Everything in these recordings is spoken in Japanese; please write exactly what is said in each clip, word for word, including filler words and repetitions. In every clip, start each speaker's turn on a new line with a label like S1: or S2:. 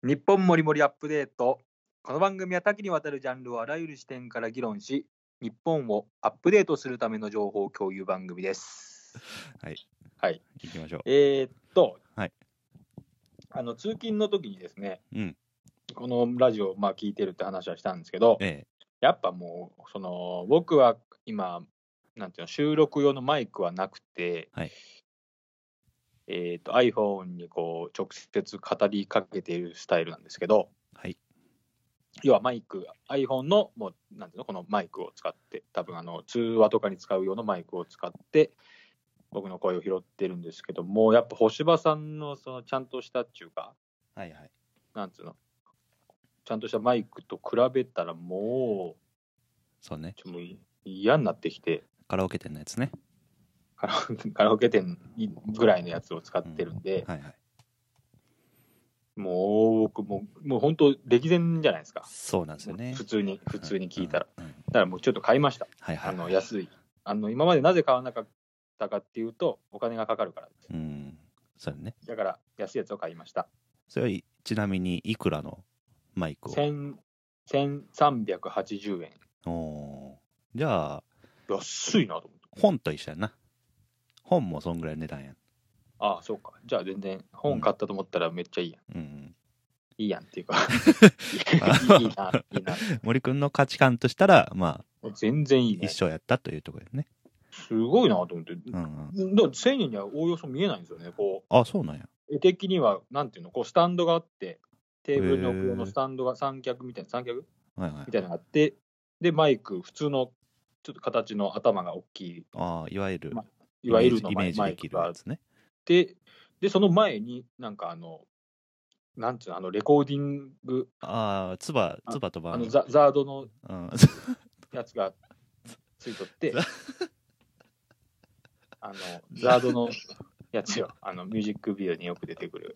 S1: 日本もりもりアップデート。この番組は多岐にわたるジャンルをあらゆる視点から議論し、日本をアップデートするための情報共有番組です。
S2: はい。
S1: はい。
S2: 行きましょう。
S1: えー、っと、
S2: はい。
S1: あの通勤の時にですね、
S2: うん。
S1: このラジオをまあ聞いてるって話はしたんですけど、
S2: ええ。
S1: やっぱもうその僕は今なんていうの収録用のマイクはなくて、
S2: はい。
S1: えー、と iPhone にこう直接語りかけているスタイルなんですけど、
S2: はい。
S1: 要はマイク iPhone のもうなんていうのこのマイクを使って多分あの通話とかに使うようなマイクを使って僕の声を拾ってるんですけども、やっぱ星葉さんのそのちゃんとしたっていうか、
S2: はいはい。
S1: なんつうのちゃんとしたマイクと比べたらもう
S2: そうね。
S1: ちょっともう嫌になってきて、
S2: カラオケ店のやつね。
S1: カラカラオケ店ぐらいのやつを使ってるんで、
S2: うん、はいはい。
S1: もう僕ももう本当歴然じゃないですか。
S2: そうなんですよね。
S1: 普通に普通に聞いたら、
S2: うんうんうん、
S1: だからもうちょっと買いました。
S2: はいはいはい、
S1: あの安いあの今までなぜ買わなかったかっていうとお金がかかるからです。
S2: うん。そうね。
S1: だから安いやつを買いました。
S2: それはちなみにいくらのマイクを？
S1: せんさんびゃくはちじゅうえん。
S2: おー、じゃあ
S1: 安いなと思って。
S2: 本と一緒やな。本もそんぐらい値段やん。
S1: ああそうか。じゃあ全然本買ったと思ったらめっちゃいいやん。
S2: うん、うん、
S1: いいやんっていうかいいないいな。
S2: 森くんの価値観としたらまあ
S1: 全然いいね。
S2: 一緒やったというところですね。
S1: すごいなと思って、
S2: うん
S1: うん、だからせんえんにはおおよそ見えないんですよね。こう
S2: あ、そうなんや。
S1: 絵的にはなんていうのこうスタンドがあってテーブルに置く用のスタンドが三脚みたいな三脚、はいはい、みたいなのがあって、でマイク普通のちょっと形の頭が大きい、
S2: あいわゆる、
S1: ま、いわゆるの
S2: イメージできるやつね。
S1: ででその前になんかあのなんていうのあのレコーディング
S2: ああつばつばとば
S1: あの ザ, ザードのやつがついとってあのザードのやつよあのミュージックビデオによく出てくる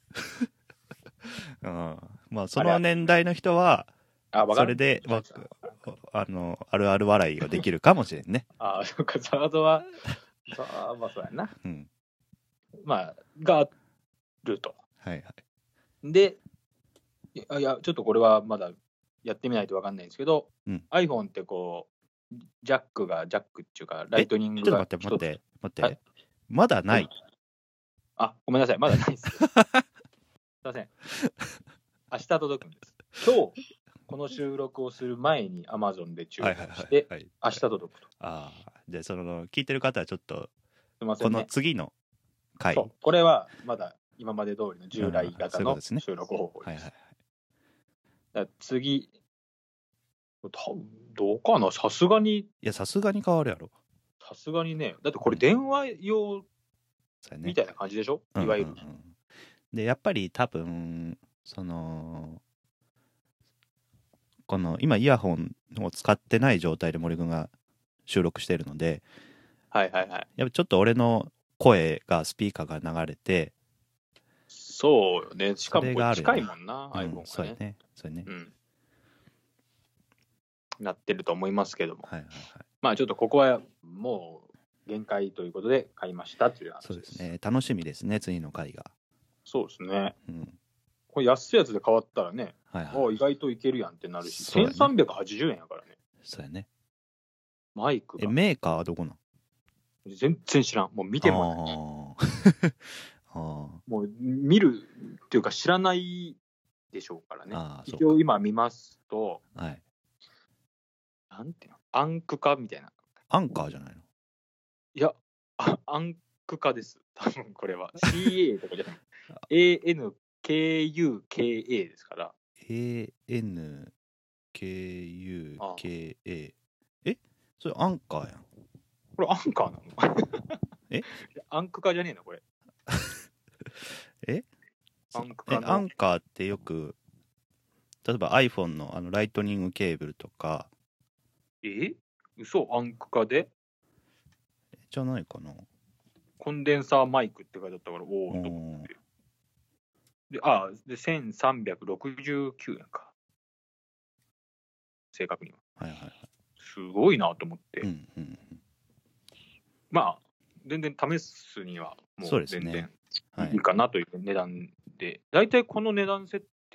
S2: うん、まあその年代の人は
S1: あ
S2: それでああのあるある笑いができるかもしれんね。
S1: ああそっかザードはあまあそうやな、
S2: うん、
S1: まあがあると。
S2: はいはい。
S1: でいやいやちょっとこれはまだやってみないと分かんないんですけど、うん、iPhone ってこうジャックがジャックっていうかライトニングが
S2: ちょっと待って待って待って、はい、まだない。
S1: あごめんなさいまだないですすいません明日届くんです。今日この収録をする前に Amazon で注文して、はいはいはい、明日届くと。
S2: ああじゃあその聞いてる方はちょっと
S1: すいません、ね、
S2: この次の回
S1: そうこれはまだ今まで通りの従来型の収録方法です。はいはいはい。だ次多分どうかなさすがに。い
S2: やさすがに変わるやろ。
S1: さすがにね。だってこれ電話用みたいな感じでしょ、ね、いわゆる、うんうんうん、
S2: でやっぱり多分そのこの今イヤホンを使ってない状態で森くんが収録しているので、
S1: はいはいはい、
S2: やっぱちょっと俺の声がスピーカーが流れて、
S1: そうよね。しかもこれ近いもんな、iPhone がね。
S2: そうやね。そうやね。うん。
S1: なってると思いますけども。
S2: はいはいはい。
S1: まあちょっとここはもう限界ということで買いましたという話です。
S2: そうですね。楽しみですね、次の回が。
S1: そうですね。うん。これ安いやつで変わったらね、はいはい、あ意外といけるやんってなるし、ね、せんさんびゃくはちじゅうえんやからね。
S2: そうやね。
S1: マイクが。
S2: え、メーカーはどこなん？
S1: 全然知らん。もう見てもない。もう見るっていうか知らないでしょうからね。一応今見ますと、はい、なんていうのアンク化みたいな。
S2: アンカーじゃないの？
S1: いや、アンク化です。多分これは。シーエー とかじゃない。エーエヌケーユーケーエー ですから。
S2: エーエヌケーユーケーエー。えそれアンカーやん。
S1: これアンカーなの？
S2: え
S1: アンク化じゃねえのこれ。
S2: えアンク化のアンカーってよく例えば iPhone のあのライトニングケーブルとか。
S1: え嘘アンク化で
S2: じゃないかな。
S1: コンデンサーマイクって書いてあったからおおと思って。であでせんさんびゃくろくじゅうきゅうえんか正確には。はいはいはい。すごいなと思って。うんうん、まあ全然試すにはもう全然いいかなという値段で、だいたいこの値段設定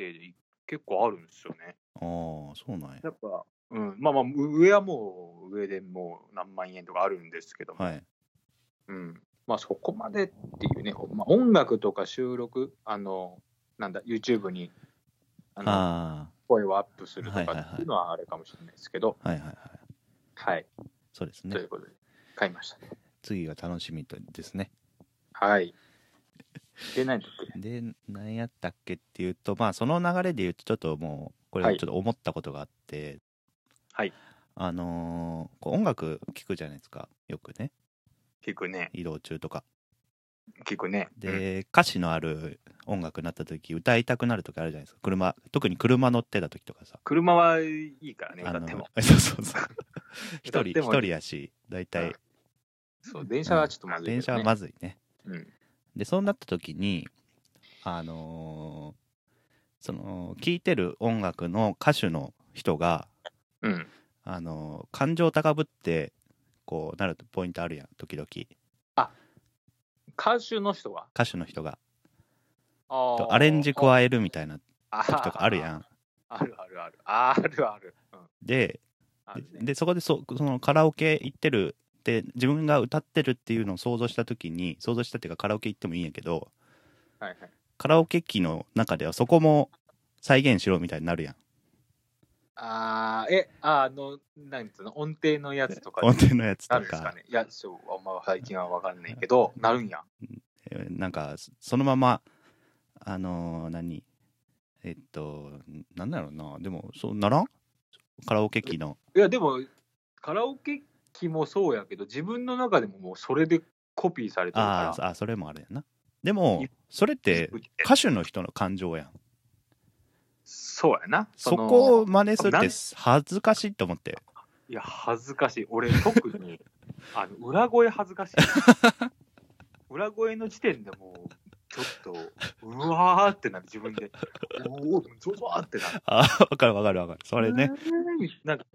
S1: 定結構あるんですよね。
S2: ああ、そうなんや。
S1: やっぱ、うん、まあまあ、上はもう、上でもう何万円とかあるんですけども、はい、うん。まあそこまでっていうね、まあ、音楽とか収録、あの、なんだ、YouTube に、あの、あ声をアップするとかっていうのはあれかもしれないですけど、
S2: はいはいはい。
S1: はい。
S2: そうですね。
S1: ということで、買いました。
S2: 次が楽しみですね。
S1: はい。で、何だっけ
S2: で、何やったっけっていうと、まあその流れで言うと、ちょっともう、これちょっと思ったことがあって、
S1: はい。
S2: あのー、こう音楽聴くじゃないですか、よくね。
S1: 聞くね。
S2: 移動中とか。
S1: 聞くね。
S2: で、うん、歌詞のある音楽になった時、歌いたくなる時あるじゃないですか。車、特に車乗ってた時とかさ。
S1: 車はいいからね、歌っても。
S2: そうそうそう。一人、一人やし、大体。
S1: そう、電車はちょっとまずい、ね
S2: うん。電車はまずいね。
S1: うん。
S2: で、そうなった時に、あのー、その、聴いてる音楽の歌手の人が、
S1: うん。
S2: あのー、感情高ぶって、こうなるポイントあるやん、時々。
S1: あ、歌手の人が
S2: 歌手の人が。あアレンジ加えるみたいな時とかあるやん。
S1: あるあるある。あるある。
S2: うん、で、ね、で、そこでそそのカラオケ行ってるって自分が歌ってるっていうのを想像した時に、想像したっていうかカラオケ行ってもいいんやけど、
S1: はいはい、
S2: カラオケ機の中ではそこも再現しろみたいになるやん。
S1: あー、え、あの、なんつうの、音程のやつとか。
S2: 音程のやつとか。
S1: ですかね。いや、そう、あんま最近は分かんないけど、なるんや。
S2: なんか、そのまま、あのー、何えっと、なんだろうな。でも、そうならんカラオケ機の。
S1: いや、でも、カラオケ機もそうやけど、自分の中でももうそれでコピーされてるから。
S2: ああ、それもあれやな。でも、それって歌手の人の感情やん。
S1: そうやな。
S2: そこを真似するって恥ずかしいと思って。
S1: いや、恥ずかしい。俺、特に、あの、裏声恥ずかしい。裏声の時点でもう、ちょっと、うわーってなる、自分で。おお、ゾゾーってなる。
S2: あ、わかるわかるわかる。それね。
S1: なんか、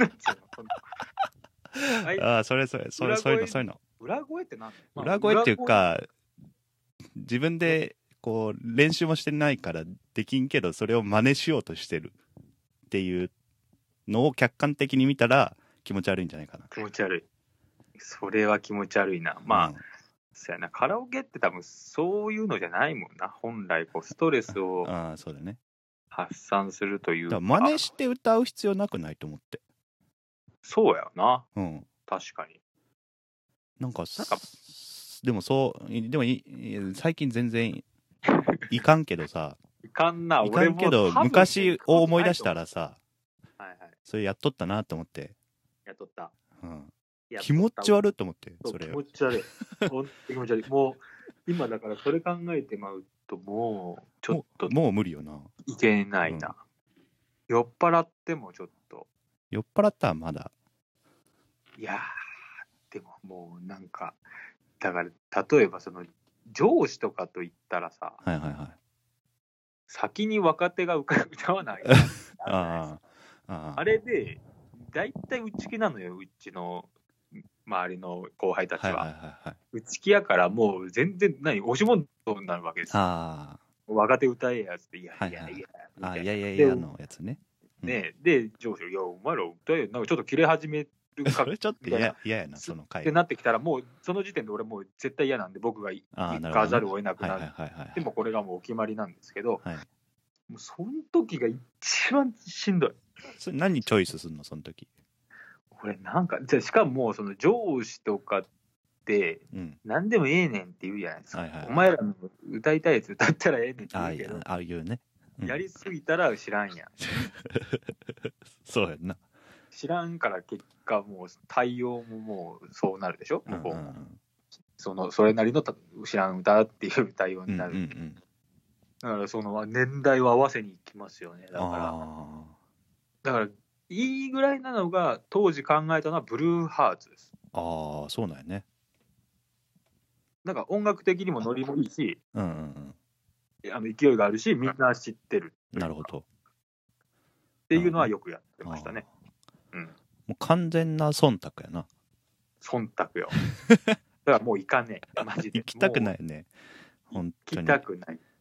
S2: ああ、それそれ、それ、そういうの、そういうの。
S1: 裏声って何、
S2: まあ、裏声っていうか、自分で、こう練習もしてないからできんけどそれを真似しようとしてるっていうのを客観的に見たら気持ち悪いんじゃないかな。
S1: 気持ち悪い。それは気持ち悪いな。まあ、うん、そうやな。カラオケって多分そういうのじゃないもんな。本来こうストレスを
S2: ああそうだね
S1: 発散するというか。
S2: だから真似して歌う必要なくないと思って。
S1: そうやな。
S2: うん。
S1: 確かに。
S2: なんかなんかでもそうでも最近全然いかんけどさ。
S1: いかんな、
S2: いかんけど、昔を思い出したらさ、
S1: はいはい、
S2: それやっとったなと思って。
S1: やっとった。
S2: うん。気持ち悪いと思って、それ。
S1: 気持ち悪い。気持ち悪い。もう、今だからそれ考えてまうと、もう、ちょっと。
S2: もう無理よな。
S1: いけないな、うん。酔っ払ってもちょっと。
S2: 酔っ払ったらまだ。
S1: いやー、でももうなんか、だから、例えばその、上司とかと言ったらさ、
S2: はいはいはい。
S1: 先に若手が歌わないあああれで大体内気なのよ、うちの周りの後輩たちは。はいはいはいはい、内気やからもう全然何押し問答になるわけですよ。あ若手歌えやつっていやいやいや、はいはい、
S2: あいやいやいやのやつね。
S1: ね、うん、で上司が「いやお前ら歌えよ」なんかちょっと切れ始めるか
S2: それちょっと嫌やなその回
S1: ってなってきたらもうその時点で俺もう絶対嫌なんで僕が行かざるを得なくなる。でもこれがもうお決まりなんですけど、はい、もうその時が一番しんどい。
S2: それ何チョイスすんのその時。
S1: 俺なんかじゃしかももうその上司とかって何でもええねんって言うじゃないですか、うんはいはいはい、お前らの歌いたいやつ歌ったらええねんって言うけど、
S2: ああいうね、
S1: うん、やりすぎたら知らんやん
S2: そうやんな。
S1: 知らんから結果もう対応ももうそうなるでしょ、向こうも、うんうん、そのそれなりの知らん歌っていう対応になる、うんうんうん、だからその年代を合わせにいきますよね。だからだからいいぐらいなのが当時考えたのはブルーハーツです。
S2: ああそうなんやね。
S1: なんか音楽的にもノリもいいし、うんうんうん、あの勢いがあるしみんな知ってる。
S2: なるほど。
S1: っていうのはよくやってましたね。
S2: うん、もう完全な忖度やな。
S1: 忖度よ。だからもう行かねえマジで。
S2: 行きたくないね。本当に。
S1: 行きたくない。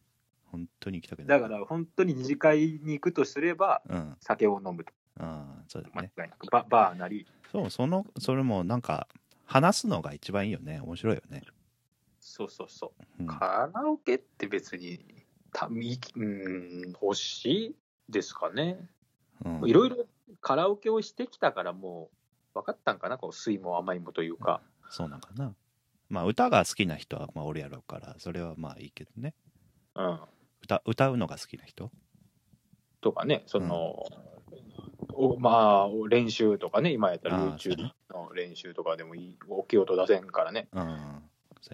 S2: 本当に行きたくない。
S1: だから本当に二次会に行くとすれば、うん、酒を飲むと。
S2: ああ、そうだね。
S1: バ, バーなり。
S2: そう、その、それもなんか、話すのが一番いいよね。面白いよね。
S1: そうそうそう。うん、カラオケって別に、たみうん、欲しいですかね。いろいろカラオケをしてきたからもう分かったんかな、こう酸いも甘いもというか。
S2: そうなんかな。まあ歌が好きな人はまあおるやろうから、それはまあいいけどね。
S1: うん。
S2: 歌、歌うのが好きな人
S1: とかね、その、うん、まあ練習とかね、今やったら YouTube の練習とかでもいい、大きい音出せんからね。うん。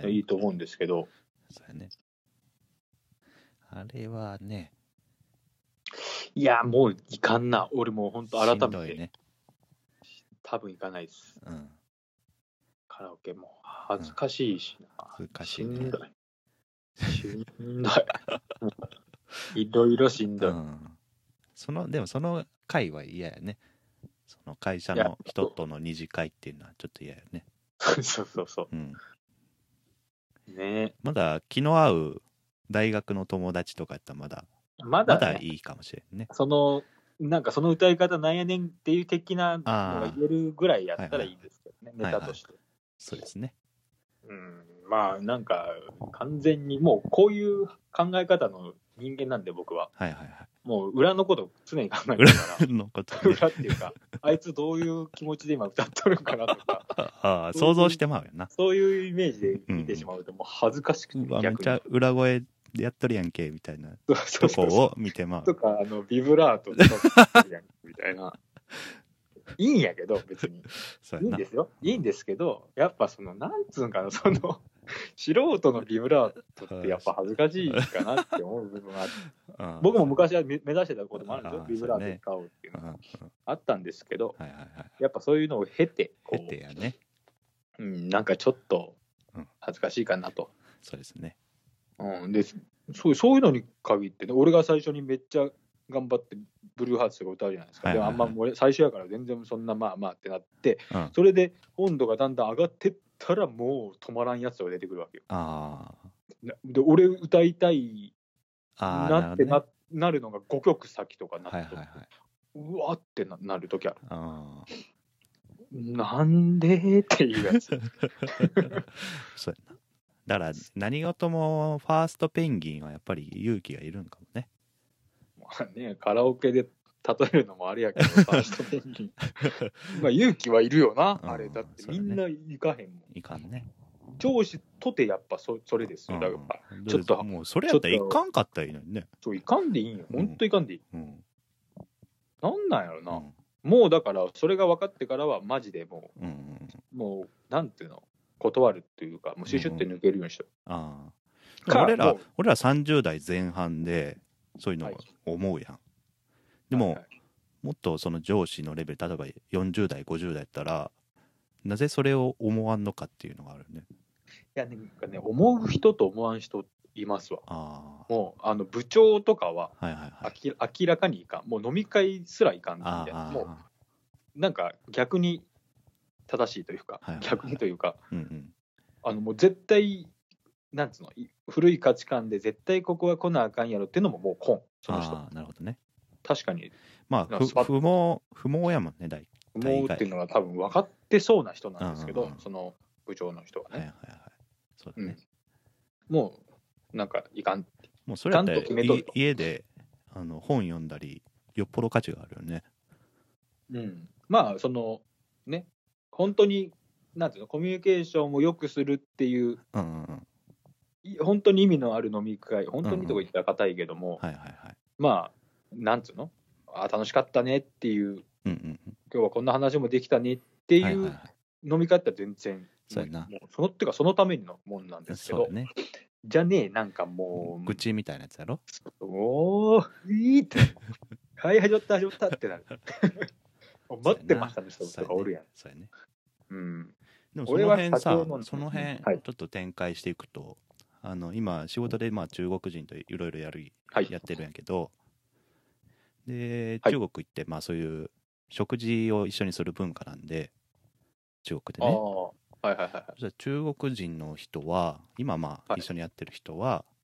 S1: いいと思うんですけど。
S2: そうやね。あれはね。
S1: いや、もういかんな。俺もう本当改めて。ね、多分行かないです。うん。カラオケも恥ずかしいしな。
S2: 恥ずかしい、ね。し
S1: んどい。しんどい。いろいろしんどい。うん、
S2: その、でもその会は嫌やね。その会社の人との二次会っていうのはちょっと嫌やね。
S1: そうそうそう。うん。ね、
S2: まだ気の合う大学の友達とかやったらまだまだ、ね、まだいいかもしれんね。
S1: そのなんかその歌い方なんやねんっていう的なのが言えるぐらいやったらいいですけどね、はいはい、ネタとして、はいはい、
S2: そうですね。
S1: うん、まあなんか完全にもうこういう考え方の人間なんで僕は、
S2: はいはいはい、
S1: もう裏のこと常に考えてるから
S2: 裏のこと、
S1: ね、裏っていうかあいつどういう気持ちで今歌っとるかなとか
S2: ああ想像してまうよな。
S1: そういうイメージで見てしまうともう恥ずかしくて、
S2: うん、めっちゃ裏声でやっとるやんけみたいなとこを見てまう。
S1: とかあのビブラートとかやんみたいないいんやけど別にいいんですよ、いいんですけど、やっぱそのなんつうんかな、その素人のビブラートってやっぱ恥ずかしいかなって思う部分はあ僕も昔は目指してたこともあるんですよ、ビブラート使おうっていうのがあったんですけど、やっぱそういうのを経て
S2: 経てやね、
S1: うん、なんかちょっと恥ずかしいかなと、
S2: うん、そうですね、
S1: うん、でそうそういうのに限ってね、俺が最初にめっちゃ頑張ってブルーハーツとか歌うじゃないですか、はいはいはい、でもあんま俺最初やから全然そんなまあまあってなって、うん、それで温度がだんだん上がってったらもう止まらんやつが出てくるわけよ。あで俺歌いたいなって な,、ね、なるのがごきょく先とかなって、はいはいはい、うわって な, なる時ある。あなんでっていうやつ
S2: そうやな。だから何事もファーストペンギンはやっぱり勇気がいるんかもね。
S1: まあね、カラオケで例えるのもあれやけど、ファーストペンギン。まあ勇気はいるよな、うん、あれ。だってみんな行かへんもん。
S2: いかんね。
S1: 上司とてやっぱ そ, それですよ。だから、うん、ちょっと。
S2: もうそれやったら行かんかったらいいのにね。
S1: そう、行かんでいいよ。ほんと行かんでいい。うん、なんなんやろな。うん、もうだから、それが分かってからはマジでもう、うん、もう、なんていうの、断るっていうか、もうシュシュって抜けるようにしてる。うん、あ
S2: あ。俺ら、俺らさんじゅう代前半で、そういうの思うやん。はい、でも、はいはい、もっとその上司のレベル、例えばよんじゅう代、ごじゅう代やったら、なぜそれを思わんのかっていうのがあるね。
S1: いや、なんかね、思う人と思わん人いますわ。あもう、あの、部長とかは、はいはいはい、明らかにいかん。もう飲み会すらいかんみたいな。もう、なんか逆に正しいというか、はいはいはい、逆にというか、うんうん、あの、もう絶対、なんつうの、古い価値観で絶対ここは来なあかんやろっていうのももうこん、その人。
S2: あなるほどね。
S1: 確かに。
S2: まあ、不毛、不毛やもんね、大
S1: 不毛っていうのが多分分かってそうな人なんですけど、その部長の人はね。はいはいはい。そうだね。うん、もう、なんかいかん。
S2: もうそれだったら家であの本読んだり、よっぽど価値があるよね。
S1: うん。まあ、その、ね、本当に、なんていうの、コミュニケーションを良くするっていう、うんうんうん本当に意味のある飲み会、本当にとこ言ったら硬いけども、まあ、なんつうのあ楽しかったねっていう、うんうん、今日はこんな話もできたねっていう飲み会って全然、そうやな。もうそのってかそのためのもんなんですけど、ね、じゃねえ、なんかもう。
S2: 愚痴みたいなやつやろ
S1: おー、いいって。はい、始まった、始まったってなる。待ってましたね、人とかおるやん。
S2: そうやね。
S1: うん。
S2: でもその辺さ、その辺ちょっと展開していくと、あの今仕事でまあ中国人といろいろやる、はい、やってるんやけど、で中国行ってまあそういう食事を一緒にする文化なんで、中国でね。
S1: はいはいはい、
S2: 中国人の人は今まあ一緒にやってる人は、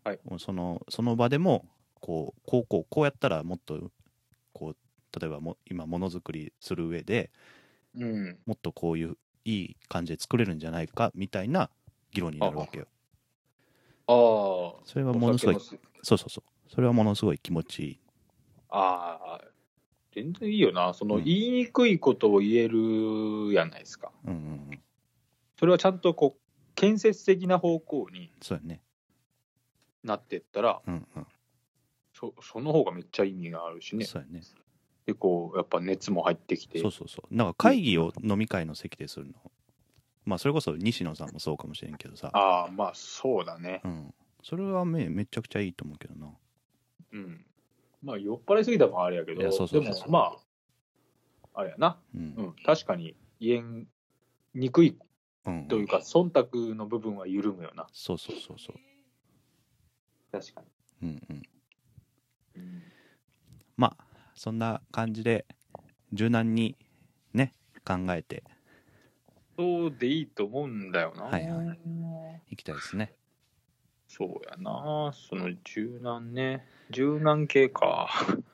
S1: はい、
S2: そのその場でもこうこうこうこうやったらもっとこう例えばも今ものづくりする上で、
S1: うん、
S2: もっとこういういい感じで作れるんじゃないかみたいな議論になるわけよ。
S1: ああ、
S2: それはものすごい、そうそうそう、それはものすごい気持ちいい。
S1: ああ、全然いいよな。その、言いにくいことを言えるやないですか。
S2: うんうんうん。
S1: それはちゃんとこう建設的な方向に
S2: そうやね。
S1: なってったら、
S2: うんうん。
S1: そその方がめっちゃ意味があるしね。
S2: そうやね。
S1: でこうやっぱ熱も入ってきて。
S2: そうそうそう。なんか会議を飲み会の席でするの。まあそれこそ西野さんもそうかもしれんけどさ。
S1: ああ、まあそうだね。
S2: うん。それはめめちゃくちゃいいと思うけどな。
S1: うん。まあ酔っ払いすぎたもんあれやけど、
S2: いやそうそうそうそう、
S1: でもまああれやな、
S2: うん、
S1: うん、確かに言えにくいというか、うんうん、忖度の部分は緩むよな。
S2: そうそうそうそう。
S1: 確かに。
S2: うんうん。
S1: うん、
S2: まあそんな感じで柔軟にね考えて。
S1: そうでいいと思うんだよな。
S2: はいはい。行きたいですね。
S1: そうやな。その柔軟ね。柔軟系か。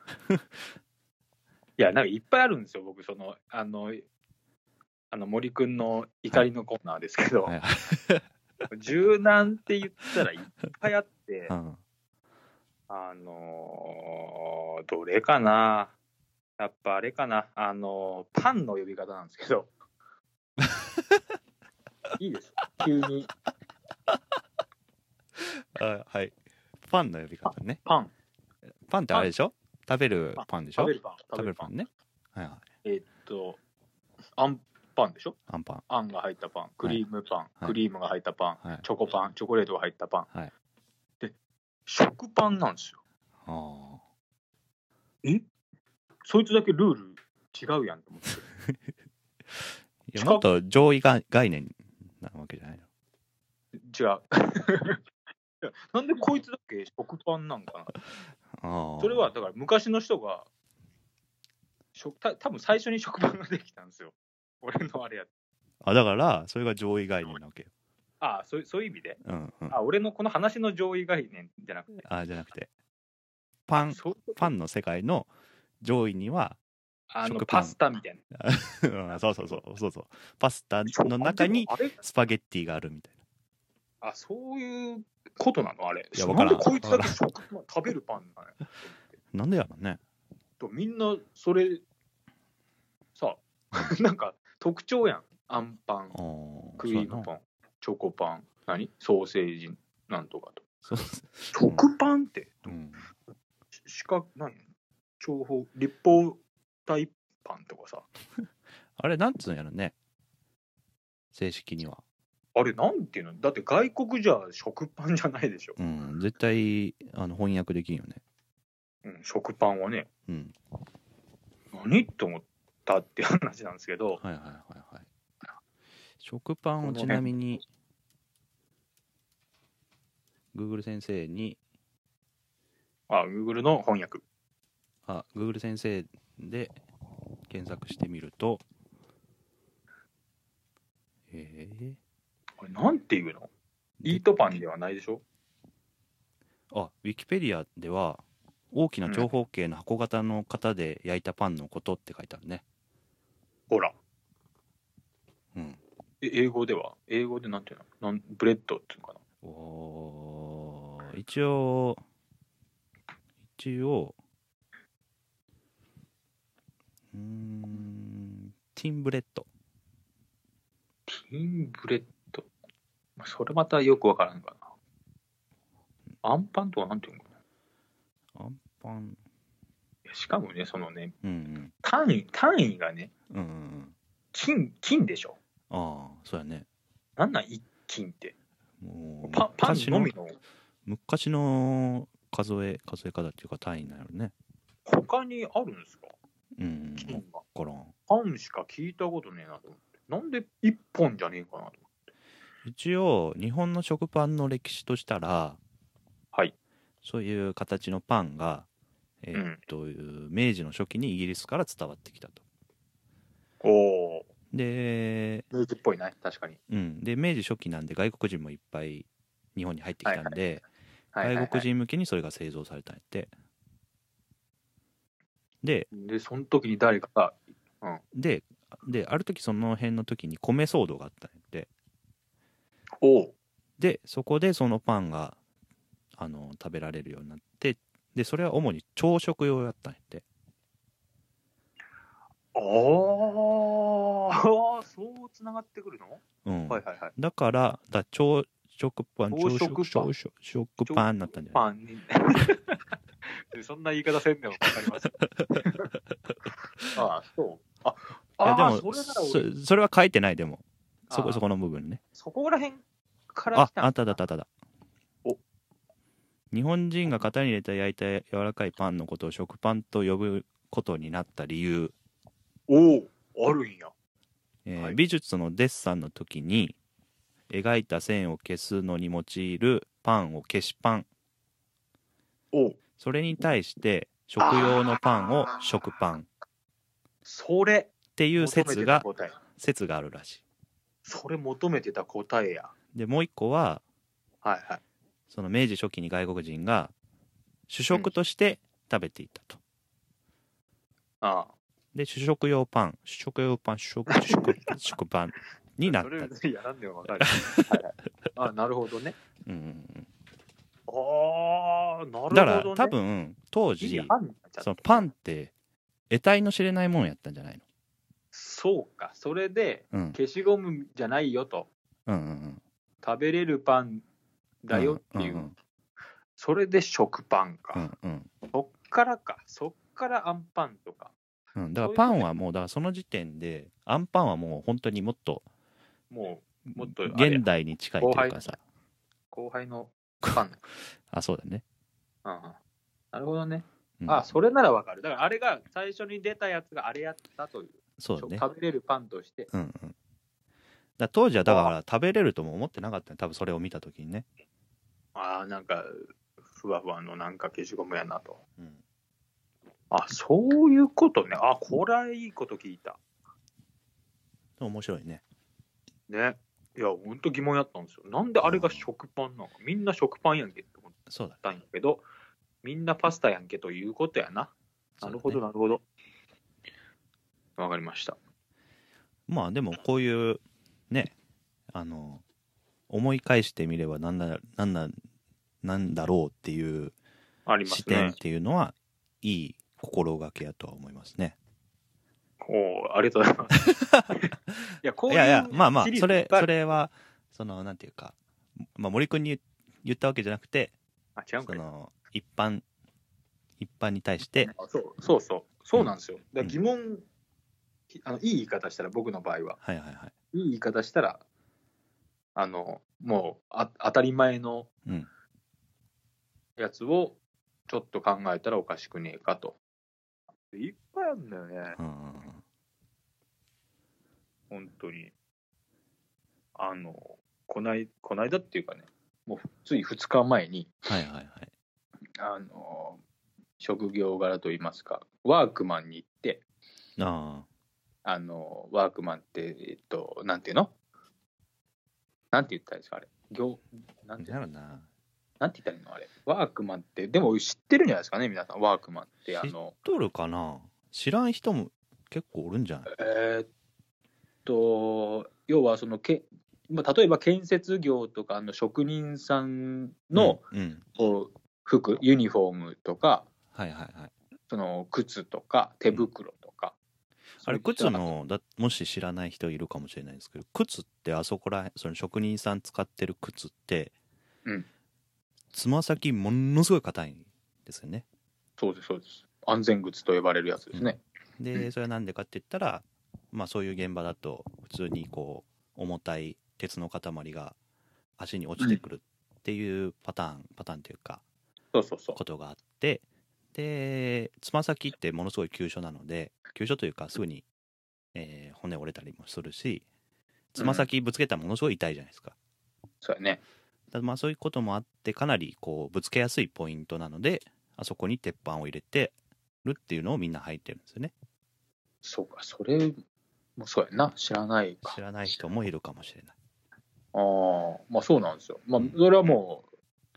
S1: いや、なんかいっぱいあるんですよ、僕、その、あの、あの森くんの怒りのコーナーですけど、はいはい、柔軟って言ったらいっぱいあって、うん、あのー、どれかな。やっぱあれかな。あのー、パンの呼び方なんですけど。いいです急に。
S2: あ、はい。パンの呼び方ね。
S1: パン。
S2: パンってあれでしょ？食べるパンでしょ？
S1: 食べるパン。
S2: 食べるパンね。はいはい。
S1: えー、っと、あんパンでしょ？
S2: あんパン。
S1: あんが入ったパン。クリームパン。はい、クリームが入ったパン、はい。チョコパン。チョコレートが入ったパン。はい、で、食パンなんですよ。ああ。え？そいつだけルール違うやんと思って。
S2: いやもっと上位が概念なわけじゃないの？
S1: 違う。なんでこいつだけ食パンなんかな。あ、それはだから昔の人が食た多分最初に食パンができたんですよ。俺のあれや。
S2: あ、だからそれが上位概念なわけよ。
S1: ああ、そうそういう意味で、
S2: うんうん、
S1: あ、俺のこの話の上位概念じゃなくて。
S2: あ、じゃなくてパンパンの世界の上位には
S1: あのパスタみたい
S2: なそうそうそうそうそうパスタの中にスパゲッティがあるみたい
S1: な。あ、そういうことなのあれ。
S2: いや分からん。
S1: なんでこいつだけ食パン食べるパンなのよ。
S2: なんでやろね。
S1: とみんなそれさなんか特徴やん。あんパン、クリームパン、チョコパン、何ソーセージなんとかと。食パンって、うん、四角何長方立方体パンとかさ
S2: あれなんつうんやろね正式には。
S1: あれなんていうのだって外国じゃ食パンじゃないでしょ。
S2: うん、絶対あの翻訳できんよね。
S1: うん、食パンはね。
S2: うん。
S1: 何と思ったっていう話なんですけど。
S2: はいはいはいはい。食パンをちなみに Google 先生に
S1: あ Google の翻訳
S2: あ Google 先生で検索してみるとえー、
S1: これなんていうのイートパンではないでしょ。
S2: あ、ウィキペディアでは大きな長方形の箱型の型で焼いたパンのことって書いてあるね。
S1: ほら。
S2: うん。
S1: え英語では英語でなんていうのなんブレッドっていうのかな。
S2: お一応一応うーんティンブレッド。
S1: ティンブレッド。それまたよくわからんかな。アンパンとはなんていうのか
S2: な。アンパン。
S1: しかもね、そのね、
S2: うんうん、
S1: 単位、単位がね、
S2: うんうん、
S1: 金、金でしょ。
S2: ああ、そうやね。
S1: なんなん一金って。
S2: もう
S1: パパンのみの。
S2: 昔の数え、数え方っていうか単位なのね。
S1: 他にあるんですか？
S2: うん、金が。からん。
S1: パンしか聞いたことねえなと思って。なんで一本じゃねえかなと思って。
S2: 一応、日本の食パンの歴史としたら、
S1: はい。
S2: そういう形のパンが、えー、っと、うん、明治の初期にイギリスから伝わってきたと。
S1: おお。
S2: で、
S1: 明治っぽいね、確かに。
S2: うん。で、明治初期なんで外国人もいっぱい日本に入ってきたんで、はいはい、 外国人向けにそれが製造されたんやって。で、
S1: で、その時に誰かが、
S2: うん、で、で、ある時その辺の時に米騒動があったんやって。
S1: おう。
S2: で、そこでそのパンが、あの、食べられるようになって、で、それは主に朝食用やったんやって。
S1: ああ、そうつながってくるの？
S2: うん。
S1: はいはいはい。
S2: だから、だ朝食パン、
S1: 朝食パン、
S2: 朝食パンになったんじゃない？
S1: パンにそんな言い方せんでも分かります。ああ、そう。あ、あ
S2: でもそれならそ、それは書いてない、でも。そこそこの部分ね。
S1: そこら辺から来た。
S2: あ、あったあったあった。お。日本人が型に入れた焼いた柔らかいパンのことを食パンと呼ぶことになった理由。
S1: おお、あるんや。
S2: えーはい、美術のデッサンの時に描いた線を消すのに用いるパンを消しパン。
S1: お
S2: それに対して食用のパンを食パン。
S1: それ
S2: っていう説が説があるらしい。
S1: それ求めてた答えや。
S2: でもう一個は、
S1: はいはい、
S2: その明治初期に外国人が主食として食べていたと。
S1: うん、ああ。
S2: で主食用パン、主食用パン、主食主食食パンになった。
S1: それやらんでも分かる。はいはい、あ、なるほどね。うん。ああ、なるほどね。
S2: だから多分当時そのパンって得体の知れないもんやったんじゃないの？
S1: そうか、それで、うん、消しゴムじゃないよと、
S2: うんうんうん、
S1: 食べれるパンだよっていう、うんうんうん、それで食パンか、うんうん、そっからか、そっからアンパンとか、
S2: うん、だからパンはもうだからその時点でアンパンはもう本当にもっと
S1: もうもっと
S2: 現代に近いというかさ、
S1: 後輩のパン
S2: あ、そうだね、
S1: うん、なるほどね、うん、あ、それならわかる。だからあれが最初に出たやつがあれやったという、
S2: そうね、
S1: 食べれるパンとして、
S2: うんうん、だ当時はだから食べれるとも思ってなかったね、多分それを見たときにね。
S1: ああ、なんかふわふわのなんか消しゴムやなと、うん、あ、そういうことね。あ、これはいいこと聞いた。
S2: 面白いね。
S1: ね。いや、ほんと疑問やったんですよ。なんであれが食パンなのか。みんな食パンやんけって思ったんやけど、みんなパスタやんけということやな。なるほど、なるほど。わかりました。
S2: まあでもこういうね、あの思い返してみればなんだなんだなんだろうっていう視点っていうのはいい心がけやとは思いますね。
S1: お、ありがとうございます。いや、こういういやいや、
S2: まあまあそれそれはそのなんていうか、まあ森君に言ったわけじゃなくて、
S1: あ、違う
S2: その一般一般に対して、
S1: あ、そうそうそうそうなんですよ。だ疑問、うん、あのいい言い方したら僕の場合は、
S2: はいはいはい、
S1: いい言い方したらあのもうあ当たり前のやつをちょっと考えたらおかしくねえかと。いっぱいあるんだよね。うん、本当に。あの、こない、こないだっていうかね、もうついふつかまえに、
S2: はいはいはい。
S1: あの、職業柄といいますか、ワークマンに行って、
S2: あ
S1: あの、ワークマンって、えっと、なんていうのなんて言ったらいいですか、あれ。業、なんていうの
S2: な。
S1: なんて言ったらいいのあれ。ワークマンって、でも知ってるんじゃないですかね、皆さん。ワークマンって。あの
S2: 知っとるかな。知らん人も結構おるんじゃない？
S1: えー、っと、要はそのけ、まあ、例えば建設業とかの職人さんの、うんうん、こう服、ユニフォームとか、
S2: はいはいはい、
S1: その靴とか手袋とか。
S2: うん、あれ靴のだ、もし知らない人いるかもしれないですけど、靴ってあそこらその職人さん使ってる靴って、うん、つま先ものすごい硬いんですよね。
S1: そうですそうです。安全靴と呼ばれるやつですね。
S2: うん、でそれはなんでかって言ったら、まあそういう現場だと普通にこう重たい鉄の塊が足に落ちてくるっていうパターン、うん、パターンというか、
S1: そうそうそう
S2: ことがあって、でつま先ってものすごい急所なので、急所というかすぐに、えー、骨折れたりもするし、つま先ぶつけたらものすごい痛いじゃないですか。
S1: うん、そうやね。
S2: だまあそういうこともあってかなりこうぶつけやすいポイントなので、あそこに鉄板を入れてるっていうのをみんな履いてるんですよね。
S1: そうか、それもそうやな、知らないか。
S2: 知らない人もいるかもしれない。
S1: ああ、まあそうなんですよ。まあそれはもう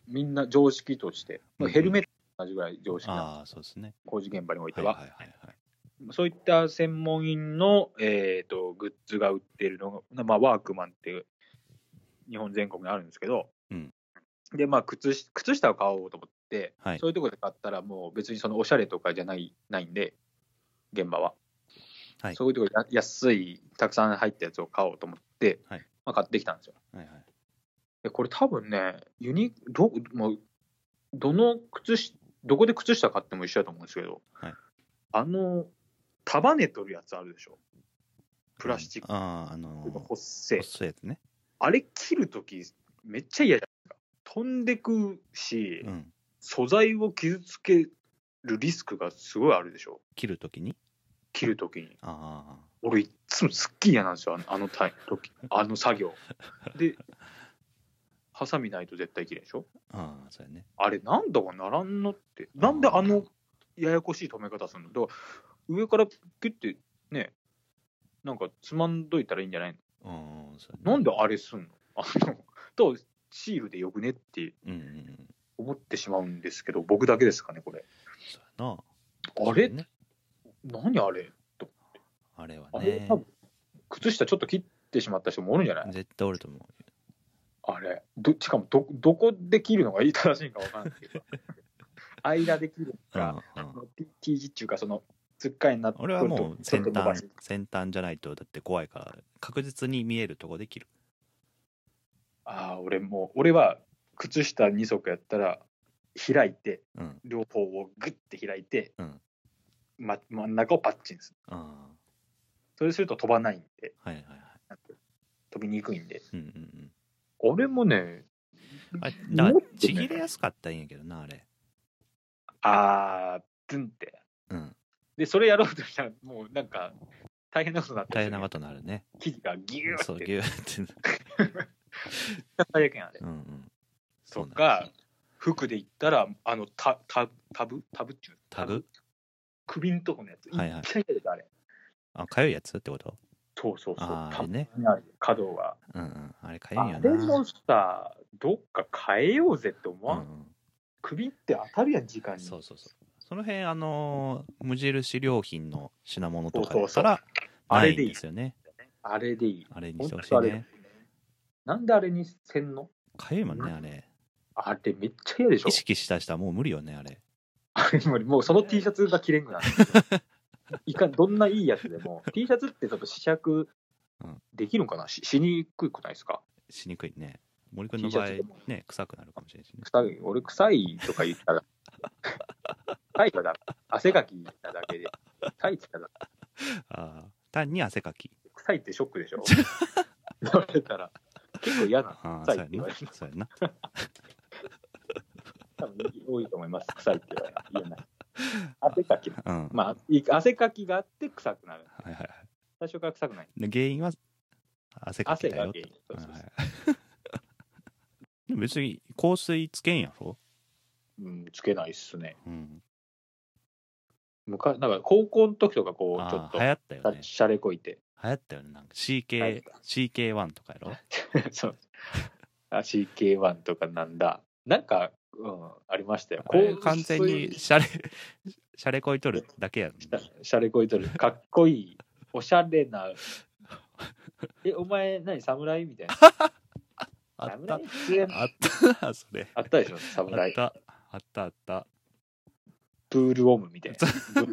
S1: みんな常識として、うん、ヘルメットと同じぐらい常識な、
S2: あ、そうですね、
S1: 工事現場においては、はいはいはいはい、そういった専門員の、えー、とグッズが売っているのが、まあ、ワークマンっていう日本全国にあるんですけど、うん、でまあ 靴, 靴下を買おうと思って、はい、そういうところで買ったらもう別にそのおしゃれとかじゃないないんで現場は、はい、そういうところで安いたくさん入ったやつを買おうと思って、はい、まあ、買ってきたんですよ、はいはい、でこれ多分ねユニどもうどの靴下どこで靴下買っても一緒だと思うんですけど、はい、あの束ね取るやつあるでしょ、プラスチック、うん、ああのー、細い
S2: 細いやつね、
S1: あれ切るときめっちゃ嫌じゃないですか、飛んでくし、うん、素材を傷つけるリスクがすごいあるでしょ、
S2: 切るときに
S1: 切るときに、あ俺いつもすっげえ嫌なんですよ、あの時あの作業でハサミないと絶対切れんでしょ、ああ、そうやね、あれなんだかならんのって、なんであのややこしい止め方するの、だから上からピュッてね、なんかつまんどいたらいいんじゃないの、あ、そうやね、なんであれすんの、あのとシールでよくねって思ってしまうんですけど、僕だけですかねこれ、そうやな、あれ、ね、何あれと、
S2: あれはね、
S1: あれ多分靴下ちょっと切ってしまった人もおるんじゃない、
S2: 絶対おると思う、
S1: あれどしかも ど, どこで切るのがいい正しいか分からないけど間で切るか、うんうん、T, T 字っていうかそのつっかいになって
S2: 俺はもう先端先端じゃないとだって怖いから確実に見えるとこで切る。
S1: ああ、俺もう俺は靴下に足やったら開いて、うん、両方をグッて開いて、うんま、真ん中をパッチンする。あ、それすると飛ばないんで、はいはいはい、飛びにくいんで、うんうんうん、俺もね、
S2: あだからちぎれやすかったんやけどなあれ。
S1: あーズンって、うん、でそれやろうとしたらもうなんか大変なことになってる、
S2: 大変なことになるね。
S1: 生地がギューって、
S2: そうギューって
S1: 最悪やんあれ、うんうん、とか服で言ったらあのタタタブタブっていう
S2: タグ
S1: 首んとこのやつ、はいはい、痛い痛いあれ、
S2: あかゆいやつってこと。
S1: そうそうそう、
S2: あれね、
S1: 角が、
S2: うんうん、あれかゆいよな。
S1: あれもさどっか変えようぜって思わん、うんうん、首って当たるやん直に。
S2: そうそうそう、その辺あのー、無印良品の品物とかだったらないんですよね。
S1: あれでいい、
S2: あれにしてほしいね。
S1: なんであれにせんの。
S2: かゆいもんねあれ。
S1: あれめっちゃ嫌でしょ。
S2: 意識した人はもう無理よねあれ。
S1: あれ無理、もうその T シャツが着れんくなるいかどんないいやつでもT シャツってちょっと試着できるんかな、し, しにくくないですか。
S2: しにくいね。森君の場合ね臭くなるかもしれないしね。
S1: 臭い、俺臭いとか言ったら臭いはだ汗かきなだけで臭いって言ったら
S2: あ単に汗かき。
S1: 臭いってショックでしょ言われたら結構嫌なの。臭いって言われる。そうやな多分多いと思います。臭いって言わない。汗かき、うん、まあ汗かきがあって臭くなる、はいはいはい、最初から臭くない。
S2: 原因は汗かきだよって。汗が原因。そうそうそう、はい、別に香水つけんやろ。
S1: うん、つけないっすね、うん、昔なんか高校の時とかこうちょっと
S2: 流行ったよね、
S1: シャレこいて
S2: 流行ったよね、なんか シーケー、シーケーワン とかやろ
S1: そうあ シーケーワン とかなんだ、なんかうん、ありましたよ。
S2: こう完全にシャレシャレこいとるだけやろ。
S1: シャレこいとる、かっこいい、おしゃれな。え、お前何侍みたいな。
S2: あった、あったそれ。
S1: あったでしょ、侍。
S2: あったあったあった。
S1: プールウォームみたいな。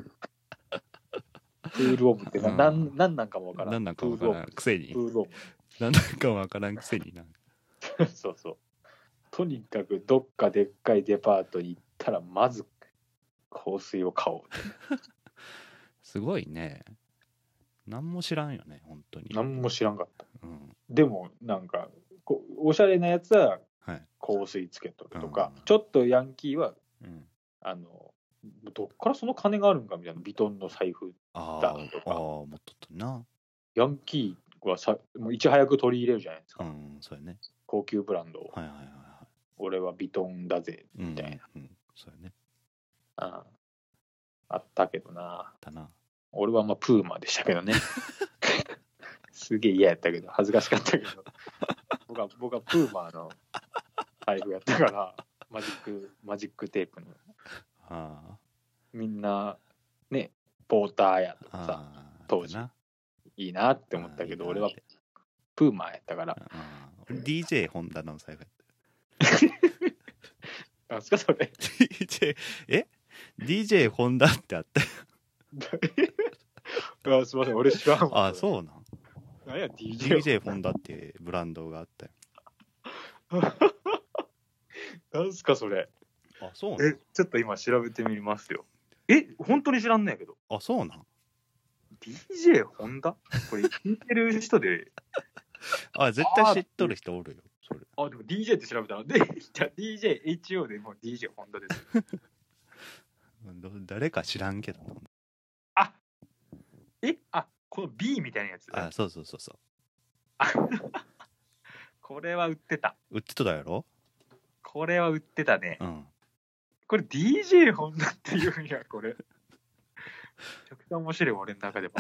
S1: プールウォームってな、うん、なんなんなんかもわからん。
S2: なんなんかもわからんくせに。
S1: プールウォーム。
S2: なんなんかもわからんくせにな。
S1: そうそう。とにかくどっかでっかいデパートに行ったらまず香水を買おう
S2: すごいね。何も知らんよね本当に。
S1: 何も知らんかった、うん、でもなんかこおしゃれなやつは香水つけとるとか、はい、ちょっとヤンキーは、うん、あのどっからその金があるんかみたいな、ビトンの財布だとか。ああ
S2: 持っとったな。
S1: ヤンキーはさもういち早く取り入れるじゃないですか、
S2: うん、そうやね、
S1: 高級ブランドを、
S2: はいはいはい、
S1: 俺はビトンだぜみたいな、うんうん、
S2: そうやね、
S1: ああったけどな。
S2: あったな。
S1: 俺はまあプーマでしたけどねすげえ嫌やったけど恥ずかしかったけど僕は僕はプーマの財布やったからマジックマジックテープの
S2: あ
S1: みんなねポーターやとかさ当時いいなって思ったけど、俺はプーマーやったから。
S2: 俺 ディージェー ホンダの財布や
S1: ったなんすかそれ。
S2: ディージェー え ディージェー ホンダってあった
S1: よあすいません俺知らんわ。
S2: あそうなん。
S1: 何や
S2: ディージェー ホンダってブランドがあったよ。
S1: なんすかそれ。
S2: あそうなん。
S1: えちょっと今調べてみますよ。え本当に知らんねんけど。
S2: あそうなん。
S1: ディージェー ホンダこれ聞いてる人で
S2: あ絶対知っとる人おるよそれ。
S1: あでも ディージェー って調べたらでじゃあ ディージェーエイチオー でもう ディージェー ホンダです。
S2: 誰か知らんけど。
S1: あえあこの B みたいなやつ。
S2: あそうそうそうそう。
S1: これは売ってた。
S2: 売ってたやろ。
S1: これは売ってたね。
S2: うん。
S1: これ ディージェー ホンダっていうんやこれ。めちゃくちゃ面白い俺の中でも。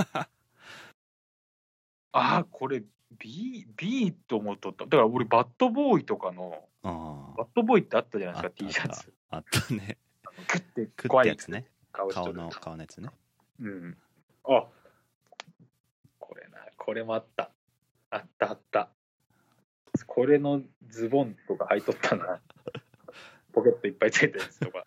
S1: あこれ B, B と思っとった。だから俺バッドボーイとかの
S2: あ
S1: バッドボーイってあったじゃないですか T シャツ。
S2: あったね。
S1: クッて
S2: クッてやつね。
S1: 顔
S2: 顔の顔のやつね。
S1: うん。あこれなこれもあったあったあった。これのズボンとか履いとったな。ポケットいっぱいついたやつとか。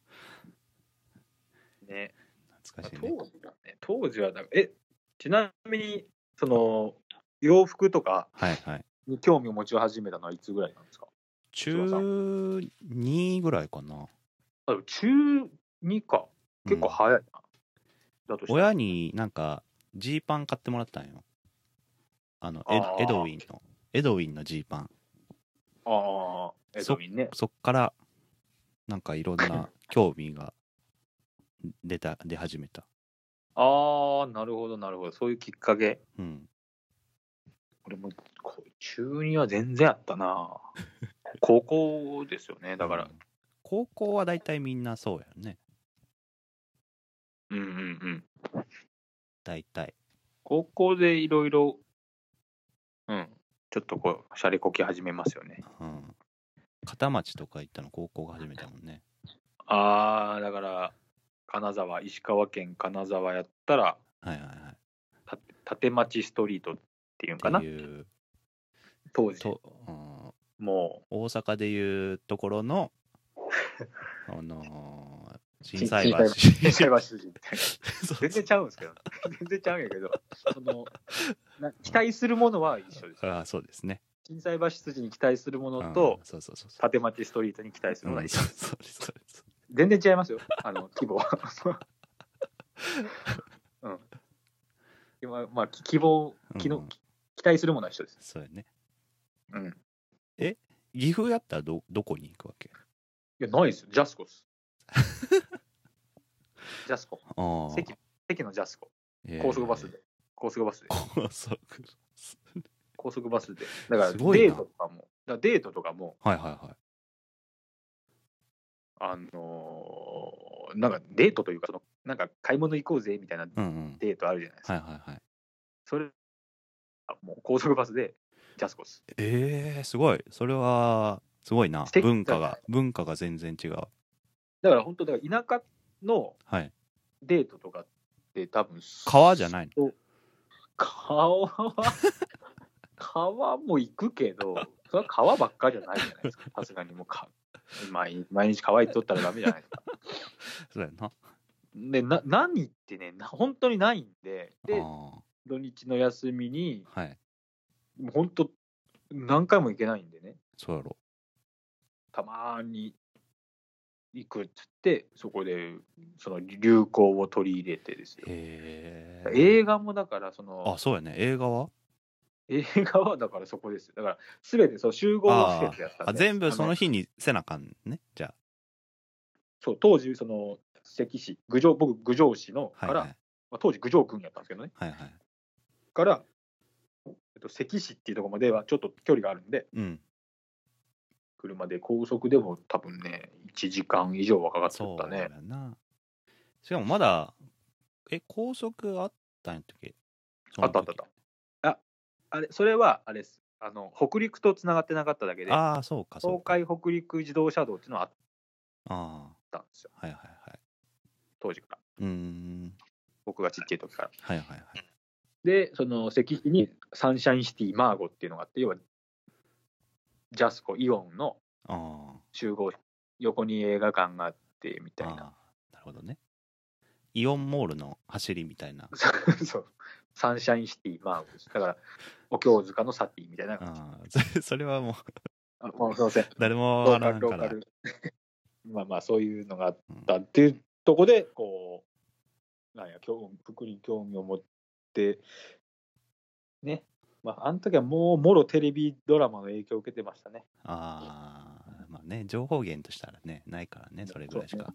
S1: ね。
S2: 懐かしいね。
S1: 当時はね、当時はだえちなみにその洋服とかに興味を持ち始めたのはいつぐらいなんですか。
S2: 中にぐらいかな。
S1: あ中にか結構早いな。うん、だと
S2: 親になんかジーパン買ってもらったんよ。あのエ, エドウィンのエドウィンのジーパン。
S1: ああエドウィンね。
S2: そ, そっからなんかいろんな興味が出た出始めた。
S1: ああなるほどなるほどそういうきっかけ。
S2: うん。
S1: 俺も中には全然あったな。高校ですよねだから、うん、
S2: 高校はだいたいみんなそうやね。
S1: うんうんうん
S2: だいたい
S1: 高校でいろいろうんちょっとこうシャレこき始めますよね。
S2: うん。片町とか行ったの高校が初めてもんね。
S1: ああだから金沢石川県金沢やったら
S2: はいはいはい
S1: た立町ストリートっていうんかなっていう当時と、うん、も
S2: う大阪でいうところのあのー心斎橋
S1: 心斎橋筋みたいな全然ちゃうんですけど全然ちゃうんやけどそのな期待するものは一緒です。
S2: あそうですね。
S1: 心斎橋筋に期待するものと立町ストリートに期待するものは一緒です。そうですそうです。全然違いますよあの規模は。うん今まあ希望期の、うん、期待するものは一緒です。
S2: そうやね。
S1: うん。
S2: え岐阜やったら ど, どこに行くわけ。
S1: いやないですよジャスコス。ジャスコ関関のジャスコ、えー、高速バスで高速バスで
S2: 高速
S1: 高速バスでだからデートとかもだデートとかも
S2: はいはいはい
S1: あのー、なんかデートというかそのなんか買い物行こうぜみたいなデートあるじゃないですか、
S2: うんうん、はいはいはい
S1: それもう高速バスでジャスコス。
S2: えー、すごいそれはすごいな。文化が文化が全然違う。だ
S1: から本当だから田舎のデートとかって多分、はい、
S2: 川じゃないの。
S1: 川は川も行くけどそれは川ばっかじゃないじゃないですか。さすがにもうか毎, 毎日川行っとったらダメじゃないですか。
S2: そうやな。
S1: でな何ってね本当にないんでで土日の休みに、
S2: はい、
S1: もう本当何回も行けないんでね。
S2: そうやろ。
S1: たまに行くっつってそこでその流行を取り入れてですよ。
S2: へ
S1: 映画もだからその
S2: あそうやね映画は
S1: 映画はだからそこですよ。だから全てそう集合施設やったんで。
S2: あ全部その日にせなあかんねじゃあ。
S1: そう当時その関市郡上僕郡上市のから、はいはいまあ、当時郡上郡やったんですけどね、
S2: はいはい、
S1: から、えっと、関市っていうところまではちょっと距離があるんで、
S2: うん、
S1: 車で高速でも多分ねいちじかん以上はかかってたね。そう
S2: やな。しかもまだえ高速あったんやったっけ。
S1: あったあったあった。ああれそれはあれですあの北陸とつながってなかっただけで、
S2: ああ、そうか、そうか。
S1: 東海北陸自動車道っていうのはあっ
S2: あ
S1: たんですよ。
S2: あ、はいはいはい。
S1: 当時から。
S2: うーん。
S1: 僕がちっちゃい時から。
S2: はいはいはい。
S1: で、その関市にサンシャインシティマーゴっていうのがあって、要はジャスコ、イオンの集合、横に映画館があってみたいな。あ、
S2: なるほどね。イオンモールの走りみたいな。
S1: そう。サンシャインシティマーゴです。だから、お経塚のサティみたいな感
S2: じ。あそれはもう
S1: あ、もうすいません。
S2: 誰もわからんから。
S1: まあまあ、そういうのがあったっていうとこで、こう、なんや、興味、福に興味を持って、ね。まあ、あの時はもう、もろテレビドラマの影響を受けてましたね。
S2: ああ、まあね、情報源としたらね、ないからね、それぐらいしか。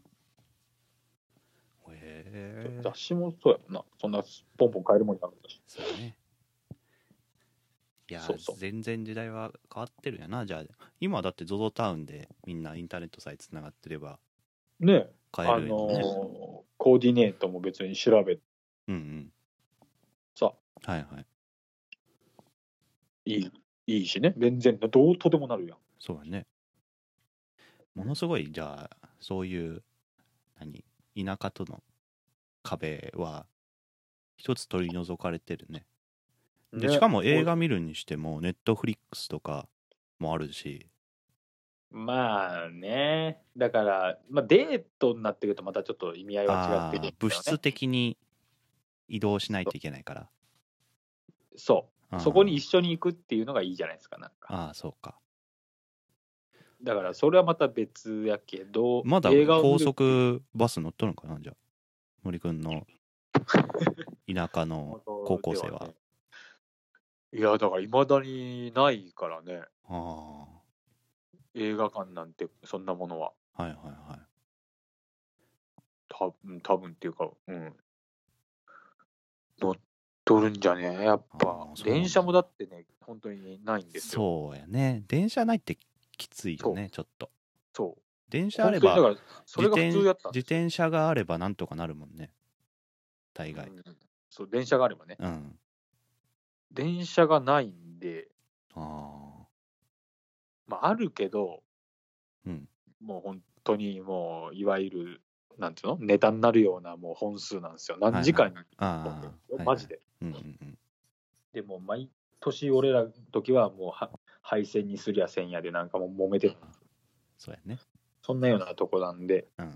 S1: へえ。雑誌もそうやもんな。そんなポンポン買えるもんじゃなかったし。
S2: そうね。いや、そうそう、全然時代は変わってるんやな。じゃあ、今だって ゾゾ タウンでみんなインターネットさえつながってれば、
S1: ね、
S2: 買えるよね。
S1: あのー、コーディネートも別に調べて。
S2: うんうん。
S1: さ
S2: あ。はいはい。
S1: いい、いいしね。全然、どうとでもなるやん。
S2: そうだね。ものすごい、じゃあ、そういう、何、田舎との壁は、一つ取り除かれてるね。で、ね、しかも映画見るにしても、ネットフリックスとかもあるし。
S1: まあね。だから、まあ、デートになってくるとまたちょっと意味合いは違ってくる、ね、
S2: 物質的に移動しないといけないから。
S1: そう。そこに一緒に行くっていうのがいいじゃないですか、なんか。
S2: ああ、そうか。
S1: だから、それはまた別やけど、
S2: まだ高速バス乗っとるのかな、じゃあ。森くんの田舎の高校生は。ね、
S1: いや、だから、いまだにないからね。
S2: ああ。
S1: 映画館なんて、そんなものは。
S2: はいはいはい。
S1: た多分っていうか、うん。乗っとるんじゃねえやっぱ。電車もだってね、本当にないんです
S2: よ。そうやね。電車ないってきついよね、ちょっと。
S1: そう。
S2: 電車あれば、
S1: だからそれが普通やったん
S2: 自転車があればなんとかなるもんね。大概。
S1: うん、そう、電車があればね。
S2: うん。
S1: 電車がないんで、
S2: ああ。
S1: まあ、あるけど、
S2: うん、
S1: もう本当にもう、いわゆる、なんていうのネタになるようなもう本数なんですよ。何時間に、はいはい、マジで。
S2: うんうんうん、
S1: でも、毎年俺らの時はもうは、廃線にすりゃせんやでなんかもう揉めてた。
S2: そうやね。
S1: そんなようなとこなんで。
S2: うん。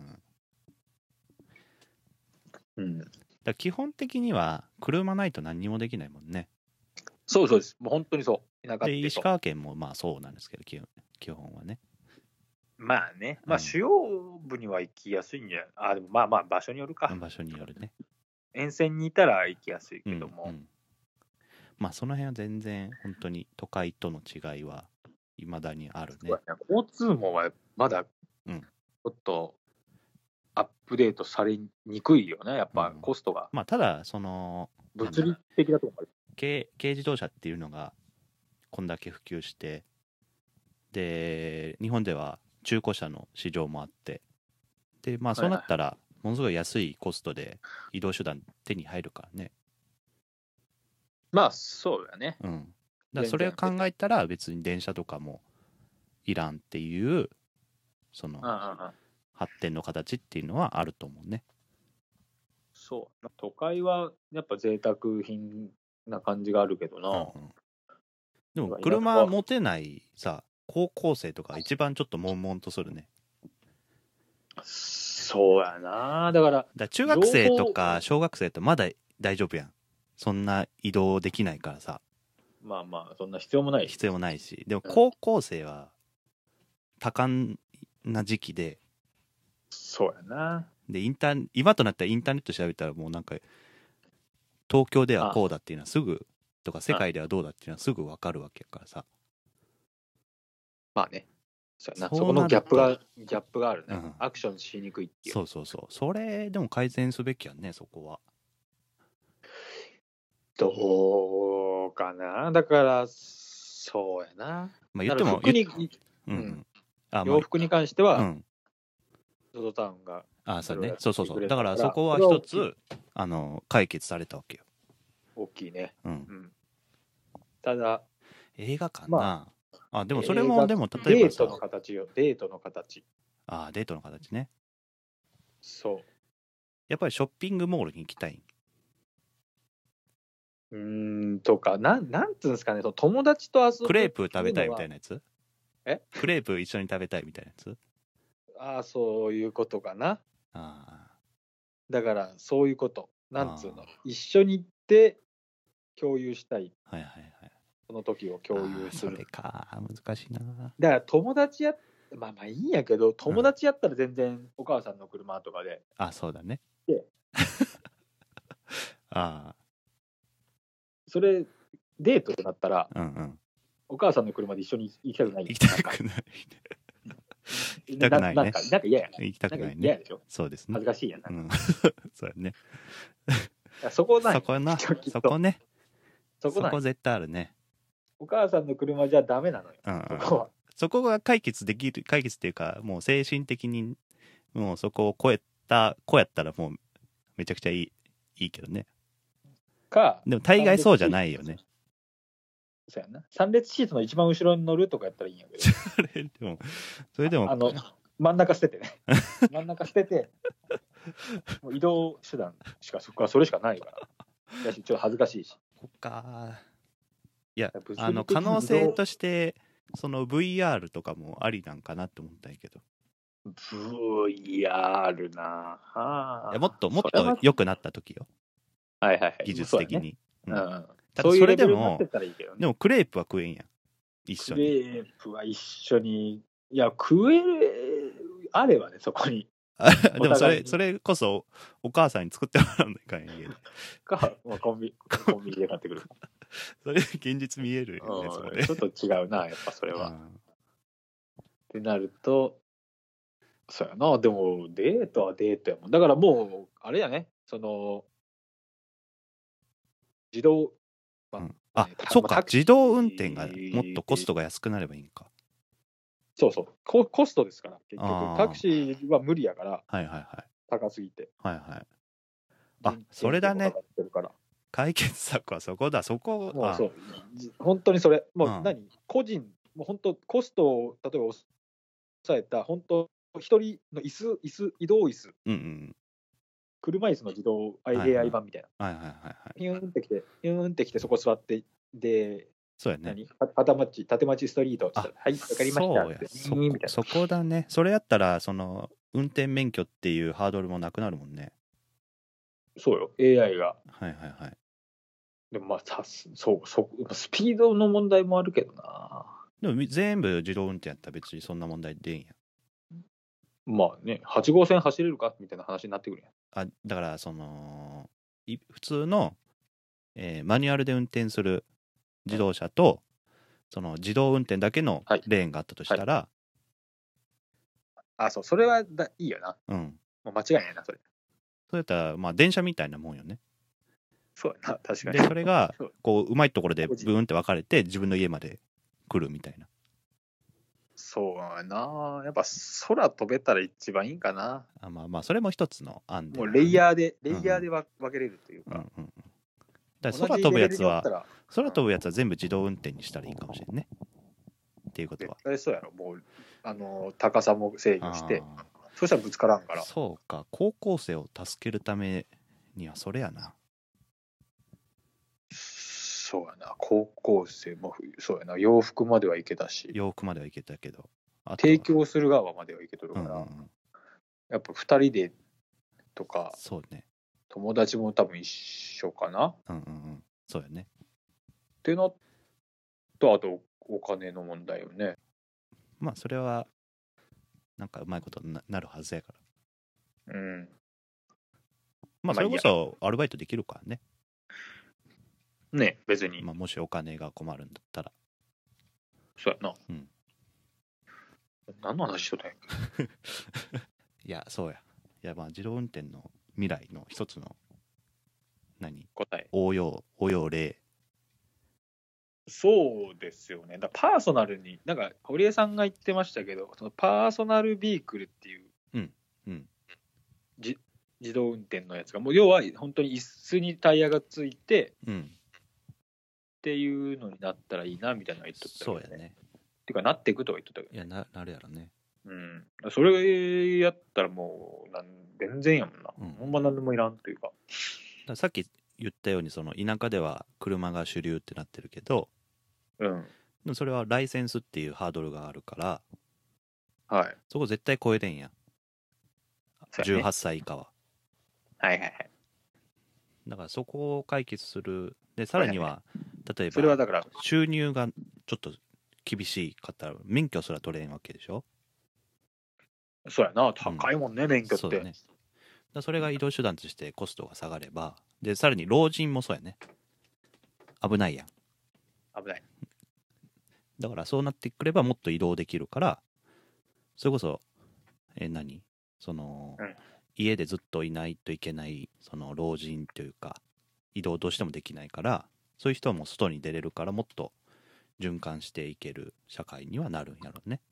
S1: うん。
S2: だ基本的には、車ないと何にもできないもんね。
S1: そうそうです。もう本当にそう。田舎ってそう。
S2: で、石川県もまあそうなんですけど、基本基本はね。
S1: まあね、まあ主要部には行きやすいんじゃない、うん、あ、でもまあまあ場所によるか。
S2: 場所によるね。
S1: 沿線にいたら行きやすいけども。
S2: うんうん、まあその辺は全然本当に都会との違いはいまだにあるね。
S1: 交通網はまだちょっとアップデートされにくいよね、やっぱコストが。
S2: うん、まあただ、その、
S1: 物理的だと思う。
S2: 軽自動車っていうのがこんだけ普及して、で、日本では中古車の市場もあって、で、まあそうなったら、ものすごい安いコストで移動手段手に入るからね。
S1: まあそうだね。
S2: うん。だからそれを考えたら別に電車とかもいらんっていう、その、発展の形っていうのはあると思うね。
S1: そう。都会はやっぱ贅沢品な感じがあるけどな。うんうん、
S2: でも車持てないさ、高校生とか一番ちょっと悶々とするね。
S1: そうやな。だから、だから
S2: 中学生とか小学生とまだ大丈夫やん。そんな移動できないからさ。
S1: まあまあ、そんな必要もないし。
S2: 必要もないし。でも高校生は多感な時期で。
S1: そうやな。
S2: で、インター、今となったらインターネット調べたらもうなんか、東京ではこうだっていうのはすぐ、とか世界ではどうだっていうのはすぐ分かるわけやからさ。
S1: まあね。そうやな。そこのギャップが、ギャップがあるね、うん。アクションしにくいっていう。
S2: そうそうそう。それでも改善すべきやね、そこは。
S1: どうかな。だから、そうやな。
S2: まあ言っても、
S1: 服に、
S2: うんうん。
S1: あ、洋服に関しては、
S2: うん。
S1: ゾゾタウンが。
S2: ああ、そうね。そうそうそう。だからそこは一つ、あの、解決されたわけよ。
S1: 大きいね。
S2: うん。
S1: うん、ただ、
S2: 映画館な、まあ、あでもそれもでも例えばさ
S1: デートの形よ、デートの形。
S2: ああデートの形ね。
S1: そう。
S2: やっぱりショッピングモールに行きたい。
S1: うーんとかなんなんつうんですかね、その友達と遊ぶ
S2: クレープ食べたいみたいなやつ。
S1: え
S2: クレープ一緒に食べたいみたいなやつ。
S1: ああそういうことかな。
S2: あ
S1: だからそういうことなんつうの、一緒に行って共有したい。
S2: はいはいはい。
S1: その時を共有する。
S2: それか難しいな。
S1: だから友達やまあまあいいんやけど、友達やったら全然お母さんの車とかで、
S2: うん、あそうだね。
S1: で
S2: ああ
S1: それデートとなったら、
S2: うんうん、
S1: お母さんの車で一緒に行きたくない。
S2: 行きたくない。行きたくないね。
S1: なんかなんか嫌やな。
S2: 行きたくないね。
S1: 嫌でしょ。
S2: そうですね。
S1: 恥ずかしいやな。
S2: うん、そうやね。
S1: そこない。
S2: そこな。そこね。
S1: そこない。
S2: そこ絶対あるね。
S1: お母さんの車じゃダメなのよ。
S2: うんうん、
S1: そこは。
S2: そこが解決できる、解決っていうか、もう精神的にもうそこを超えた子やったらもうめちゃくちゃいいいいけどね。
S1: か。
S2: でも大概そうじゃないよね。
S1: そうやな。三列シートの一番後ろに乗るとかやったらいいんやけど。
S2: それでも、それでも。
S1: あの、真ん中捨ててね。真ん中捨てて、もう移動手段しか、そこはそれしかないから。だし、ちょっと恥ずかしいし。
S2: そっか。いや、あの、可能性として、その ブイアール とかもありなんかなって思ったんやけど。
S1: ブイアール なぁ。
S2: いやもっともっと良くなった時よ。
S1: はいはいはい。
S2: 技術的に。
S1: うん。うん
S2: ただそれでも、
S1: ね、
S2: でもクレープは食えんやん。一緒に。
S1: クレープは一緒に。いや、食える、あればね、そこに。
S2: でもそれ、それこそお母さんに作ってもらうんだかんや、家で。
S1: か、まあ、コンビ、コンビニで買ってくる。
S2: それ現実見えるよね、それ。
S1: ちょっと違うな、やっぱそれは。ってなると、そうやな、でもデートはデートやもん。だからもう、あれやね、その、自動、
S2: まあ、うん、あ、そうか、自動運転がもっとコストが安くなればいいんか。
S1: そうそうコ、コストですから、結局。タクシーは無理やから、
S2: はいはいはい。
S1: 高すぎて。
S2: はいはい。あ、それだね。解決策はそこだ、そこ。
S1: もうそう、本当にそれ、もう何、うん、個人、もう本当、コストを例えば抑えた、本当、一人の椅子、椅子、移動椅子。
S2: うんうん
S1: 車椅子の自動 エーアイ 版みたいな。
S2: はいはいはいはい。
S1: ピューンってきて、ピューンってきて、そこ座って、で、
S2: そうやね。
S1: 何片町、縦町ストリートって言ったら、はい、わかりましたって。
S2: そ, みたいなそこだね。それやったら、その、運転免許っていうハードルもなくなるもんね。
S1: そうよ、エーアイ が。
S2: はいはいはい。
S1: でもまあ、さそう、そスピードの問題もあるけどな。
S2: でも全部自動運転やったら別にそんな問題出んや。
S1: まあね、はち号線走れるかみたいな話になってくるやん。
S2: あ、だからその普通の、えー、マニュアルで運転する自動車と、その自動運転だけのレーンがあったとしたら、
S1: はいはい、あ、そう、それはだいいよな。
S2: うん。
S1: もう間違いないな、それ。
S2: そうやったら、まあ電車みたいなもんよね。
S1: そうやな、確かに。
S2: で、それが、こう、うまいところでブーンって分かれて、自分の家まで来るみたいな。
S1: そうやな。やっぱ空飛べたら一番いいんかな。
S2: あまあまあ、それも一つの案で、
S1: ね。もうレイヤーで、レイヤーで分けれるというか。うんうんうん、
S2: だから空飛ぶやつは、空飛ぶやつは全部自動運転にしたらいいかもしれんね。っていうことは。
S1: 絶対そうやろ。もう、あの、高さも制御して、そしたらぶつからんから。
S2: そうか、高校生を助けるためにはそれやな。
S1: そうやな、高校生もそうやな、洋服まではいけたし、
S2: 洋服まではいけたけど、
S1: 提供する側まではいけとるから、うんうんうん、やっぱふたりでとか、
S2: そうね、
S1: 友達も多分一緒かな。
S2: うんうんうん、そうやね。
S1: っていうのと、あとお金の問題よね。
S2: まあ、それは、なんかうまいことになるはずやから。うん。まあ、それこそアルバイトできるからね。
S1: ね、別に。
S2: まあ、もしお金が困るんだったら。
S1: そうやな。うん。何の話しとったんや
S2: いや、そうや。いや、まあ、自動運転の未来の一つの、何
S1: 答え。
S2: 応用、応用例。
S1: そうですよね。だパーソナルに、なんか、堀江さんが言ってましたけど、そのパーソナルビークルっていう、
S2: うんうん、
S1: じ自動運転のやつが、もう要は本当に椅子にタイヤがついて、
S2: うん
S1: っていうのになったらいいなみたいなの言っとったけど、ね、
S2: そうやね。
S1: てかなっていくとは言っとったけど、
S2: ね、いや な, なるやろね。
S1: うん。それやったらもうなん全然やもんな。うん、ほんま何でもいらんというか。
S2: ださっき言ったようにその田舎では車が主流ってなってるけど、
S1: うん。
S2: でもそれはライセンスっていうハードルがあるから、
S1: はい。
S2: そこ絶対超えれんやん。
S1: ね、
S2: じゅうはっさい以下は。
S1: はいはいはい。
S2: だからそこを解決する。で、さらには、はいはい、例えば、
S1: それはだから
S2: 収入がちょっと厳しかったら、免許すら取れんわけでしょ。
S1: そうやな、高いもんね、うん、免許って。
S2: そうだね。だそれが移動手段としてコストが下がれば、で、さらに老人もそうやね。危ないやん。
S1: 危ない。
S2: だからそうなってくればもっと移動できるから、それこそ、え、何その、うん、家でずっといないといけないその老人というか移動どうしてもできないから、そういう人はもう外に出れるからもっと循環していける社会にはなるんやろうね。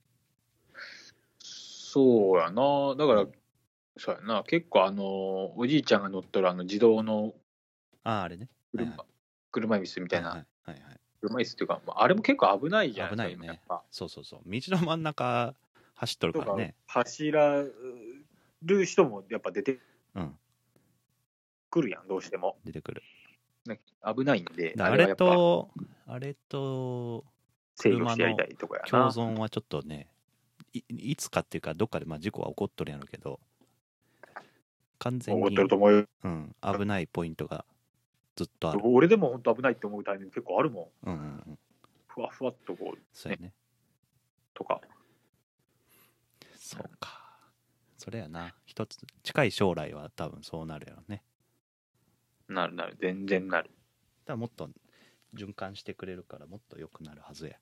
S1: そうやな。だから、うん、そうやな。結構あのおじいちゃんが乗っとるあの自動の
S2: ああれね、
S1: 車、はいはい、車椅子みたいな、はいはいはいはい、車椅子っていうかあれも結構危ないじゃないですか。
S2: 危ないよね。そうそうそう。道の真ん中走っとるからね。
S1: 走らる人もやっぱ出てくるやん、どうしても。
S2: 出てくる。
S1: 危ないんで、
S2: あれと、あれと、車の共存はちょっとね、い, いつかっていうか、どっかでまあ事故は起こっとるんやろうけど、完全に、
S1: 起こってると思う、
S2: うん、危ないポイントがずっとある。
S1: 俺でも本当危ないって思うタイミング結構あるも
S2: ん。うんうんうん。
S1: ふわふわっとこう、ね、
S2: そうやね。
S1: とか。
S2: そうか。それやな。一つ、近い将来は多分そうなるやろね。
S1: なるなる、全然なる。
S2: だからもっと循環してくれるからもっと良くなるはずや。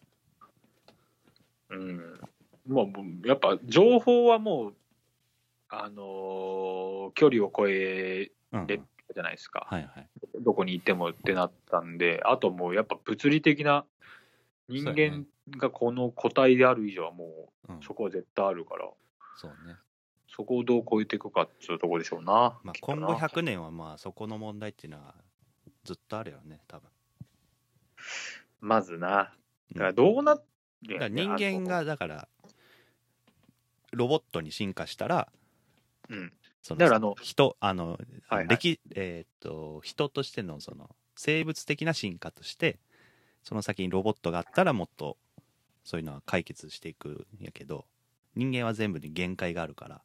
S1: うん。まあ、やっぱ情報はもう、あのー、距離を超えれじゃないですか、
S2: うんうん。はいはい。
S1: どこにいてもってなったんで、あともうやっぱ物理的な人間がこの個体である以上はもうそこは絶対あるから、うん、
S2: そうね。
S1: そこをどう超えていくかっていうところでしょうな。
S2: まあ、今後ひゃくねんはまあそこの問題っていうのはずっとあるよね、多分。
S1: まずな。だからどうなって、
S2: うん、だから人間がだからロボットに進化したら、
S1: うん、
S2: その
S1: だからあの
S2: 人あの、
S1: はいはい、
S2: 歴えー、っと人としてのその生物的な進化としてその先にロボットがあったらもっとそういうのは解決していくんやけど、人間は全部に限界があるから。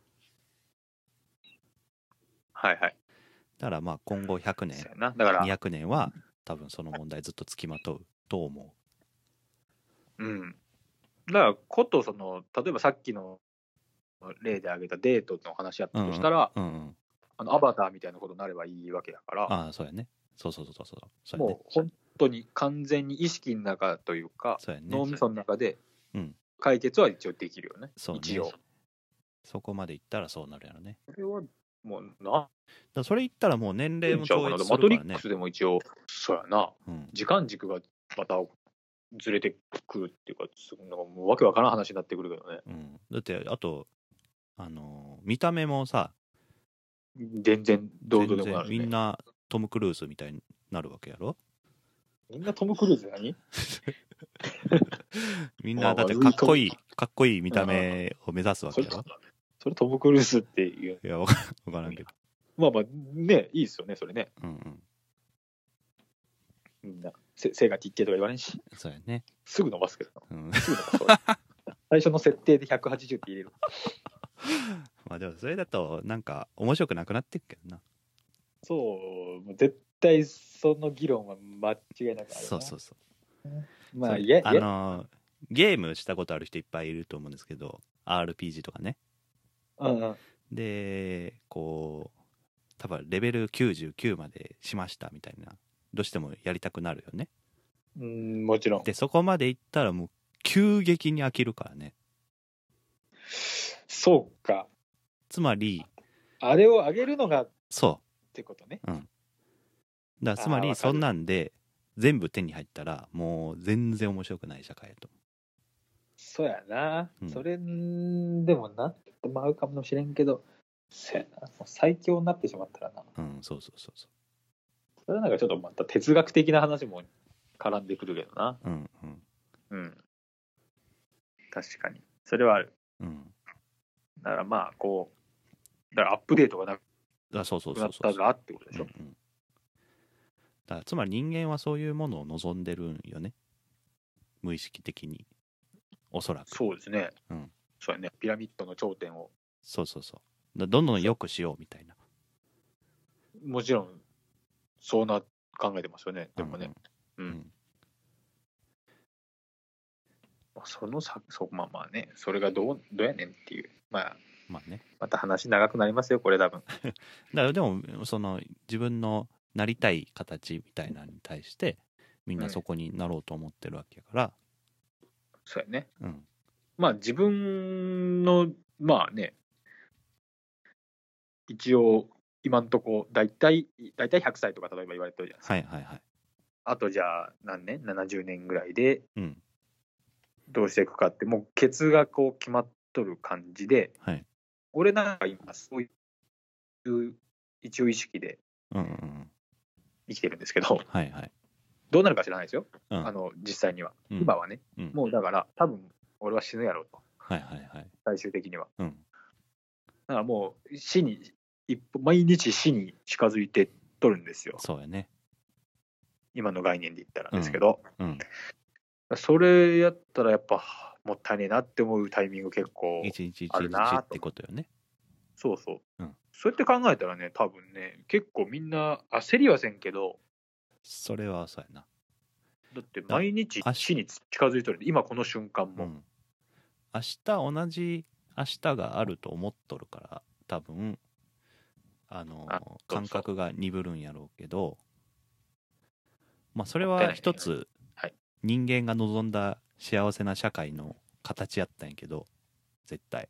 S1: はいはい。
S2: だからまあ今後ひゃくねん、
S1: だから
S2: にひゃくねんは多分その問題ずっとつきまとうと思
S1: う。うん。だからことその例えばさっきの例で挙げたデートの話やったとしたら、
S2: うんうんうん、
S1: あのアバターみたいなことになればいいわけだから。
S2: ああそうやね。そうそうそうそうそう、
S1: ね、もう本当に完全に意識の中というか、
S2: そうやね、
S1: 脳みその中で
S2: うん
S1: 解決は一応できるよね。
S2: そうね、
S1: 一応。
S2: そこまでいったらそうなるやろね。
S1: それはもうな。
S2: だそれ言ったらもう年齢も超越するからね。
S1: マトリックスでも一応そうやな、
S2: うん、
S1: 時間軸がまたずれてくるっていうか、なんかもうわけわからん話になってくるけどね。
S2: うん、だってあとあの見た目もさ
S1: 全然どうでもなる、
S2: ね、みんなトム・クルーズみたいになるわけやろ。
S1: みんなトム・クルーズ何
S2: みんなだってかっこいいかっこいい見た目を目指すわけやろ。
S1: それ、それトム・クルーズっていう。
S2: いや分からんけど、
S1: まあまあね、いいですよねそれね。
S2: うんうん。
S1: みんなせ背がちっちゃいとか言われんし。
S2: そうやね。
S1: すぐ伸ばすけど、うん、すぐ伸ばす最初の設定でひゃくはちじゅうって入れる。
S2: まあでもそれだとなんか面白くなくなってっけどな。
S1: そう絶対その議論は間違いなくあるな。
S2: そうそうそう。
S1: まあいや
S2: あのゲームしたことある人いっぱいいると思うんですけど アールピージー とかね。
S1: うんうん。
S2: でこう多分レベルきゅうじゅうきゅうまでしましたみたいなどうしてもやりたくなるよね。
S1: うん、もちろん。
S2: でそこまでいったらもう急激に飽きるからね。
S1: そうか。
S2: つまり
S1: あれを上げるのが
S2: そう
S1: ってことね。
S2: うん。だからつまりそんなんで全部手に入ったらもう全然面白くない社会やと。
S1: そうやな、うん、それでもなってまうかもしれんけど、そうやな、もう最強になってしまったらな。
S2: うん、そうそうそうそう。
S1: それはなんかちょっとまた哲学的な話も絡んでくるけどな。
S2: うんうん
S1: うん確かにそれはある。
S2: うん
S1: だからまあこうだからアップデートがなく
S2: あそうそうそ
S1: な
S2: うそう
S1: ったらってことでしょ。
S2: うんうんだからつまり人間はそういうものを望んでるんよね、無意識的に、おそらく。
S1: そうですね。
S2: うん
S1: そうやね。ピラミッドの頂点を
S2: そうそうそうだどんどん良くしようみたいな。
S1: もちろんそうな考えてますよね。でもね。
S2: うんうん
S1: うん。まあそのさそうまあまあねそれがどうどうやねんっていうまあ
S2: まあね
S1: また話長くなりますよこれ多分。
S2: だからでもその自分のなりたい形みたいなのに対してみんなそこになろうと思ってるわけやから、
S1: そうやね。
S2: うん、
S1: まあ自分のまあね一応今んとこ大体大体ひゃくさいとか例えば言われてるじゃないですか。
S2: はいはいはい、
S1: あとじゃあ何年ななじゅうねんぐらいで
S2: うん
S1: どうしていくかってもうケツがこう決まっとる感じで、
S2: はい、
S1: 俺なんか今そういう一応意識で
S2: うんうんうん
S1: 生きてるんですけど、
S2: はいはい、
S1: どうなるか知らないですよ、
S2: うん、
S1: あの実際には、
S2: うん
S1: 今はね、
S2: うん、
S1: もうだから多分俺は死ぬやろうと、
S2: はいはいはい、
S1: 最終的には。
S2: うん、
S1: だからもう死に一歩毎日死に近づいてとるんですよ、
S2: そうやね、
S1: 今の概念で言ったらですけど、
S2: うん、
S1: それやったらやっぱもったいねえなって思うタイミング結構
S2: 一日一
S1: あるなと。
S2: 日ってことよね。
S1: そうそう、
S2: うん、
S1: そうやって考えたらね多分ね結構みんな焦りはせんけど、
S2: それはそうやな。
S1: だって毎日死に近づいてる今この瞬間も、うん、
S2: 明日同じ明日があると思っとるから多分あのあ感覚が鈍るんやろうけど、まあそれは一つ人間が望んだ幸せな社会の形やったんやけど絶対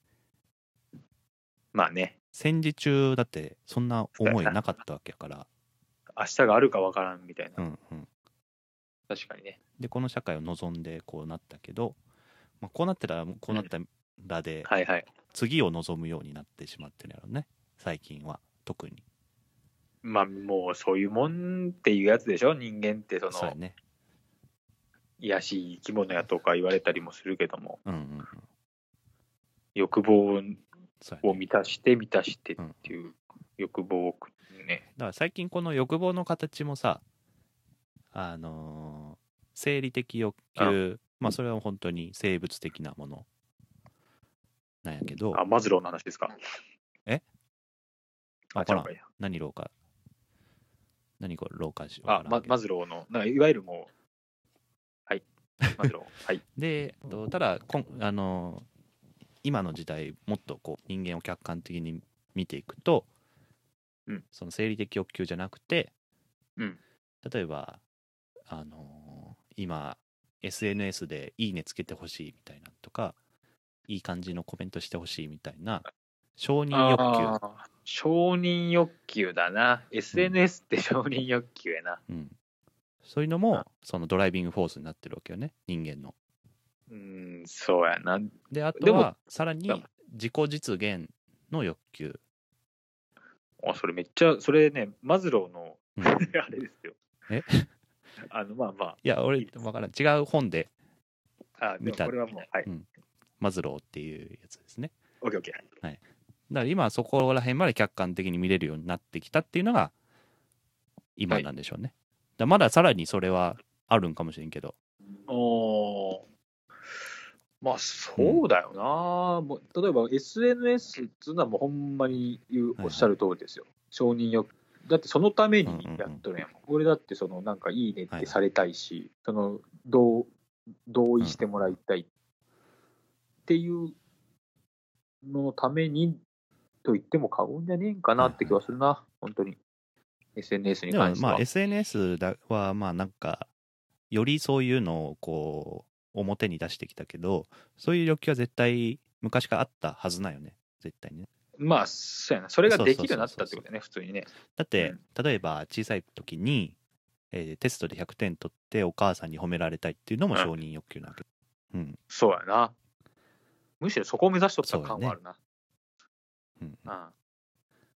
S1: まあね
S2: 戦時中だってそんな思いなかったわけやから
S1: 明日があるかわからんみたいな、
S2: うんうん、
S1: 確かにね。
S2: でこの社会を望んでこうなったけど、まあ、こうなったらこうなったらで、
S1: うんはいはい、
S2: 次を望むようになってしまってるやろね最近は特に。
S1: まあもうそういうもんっていうやつでしょ人間ってその
S2: そうやね
S1: 癒しい生き物やとか言われたりもするけども、
S2: うんうんうん、
S1: 欲望を満たして満たしてっていう欲望をね、
S2: だから最近この欲望の形もさあのー、生理的欲求、まあそれは本当に生物的なものなんやけど、
S1: あマズローの話ですか。
S2: え
S1: あちゃうかい
S2: 何老化何これ老化し
S1: あ、ま、マズローのなんかいわゆるもうはいマズローはい
S2: でただこんあのー、今の時代もっとこう人間を客観的に見ていくと、うん、その生理的欲求じゃなくて、うん、例えばあのー、今 エスエヌエス でいいねつけてほしいみたいなとかいい感じのコメントしてほしいみたいな承認欲求。
S1: 承認欲求だな エスエヌエス って承認欲求やな、
S2: うん、そういうのもそのドライビングフォースになってるわけよね人間の。
S1: うんそうやな。
S2: であとはさらに自己実現の欲求。
S1: あそれめっちゃそれねマズローの、うん、あれですよ。
S2: え
S1: あのまあまあ
S2: いや俺分からん違う本で見た。
S1: あでもこれはもうはい、うん、
S2: マズローっていうやつですね。
S1: オッケーオッケ
S2: ー。はい。だから今そこら辺まで客観的に見れるようになってきたっていうのが今なんでしょうね。はい、だまださらにそれはあるんかもしれんけど。
S1: おまあそうだよな、うん、もう例えば エスエヌエス っていうのはもうほんまに言う、はいはい、おっしゃる通りですよ。承認欲だってそのためにやっとるやん、うんうんうん、俺だってそのなんかいいねってされたいし、はいはい、その同同意してもらいたいっていうのためにと言っても過言じゃねえんかなって気はするな、はいはい、本当に エスエヌエス に関しては。
S2: でもまあ エスエヌエス だはまあなんかよりそういうのをこう表に出してきたけどそういう欲求は絶対昔からあったはずなんよね絶対にね。
S1: まあそうやなそれができるようになったってことね普通にね。
S2: だって、うん、例えば小さい時に、えー、テストでひゃくてん取ってお母さんに褒められたいっていうのも承認欲求なわけ、うんうん、
S1: そうやなむしろそこを目指しとった感はあるな、ねうんうん、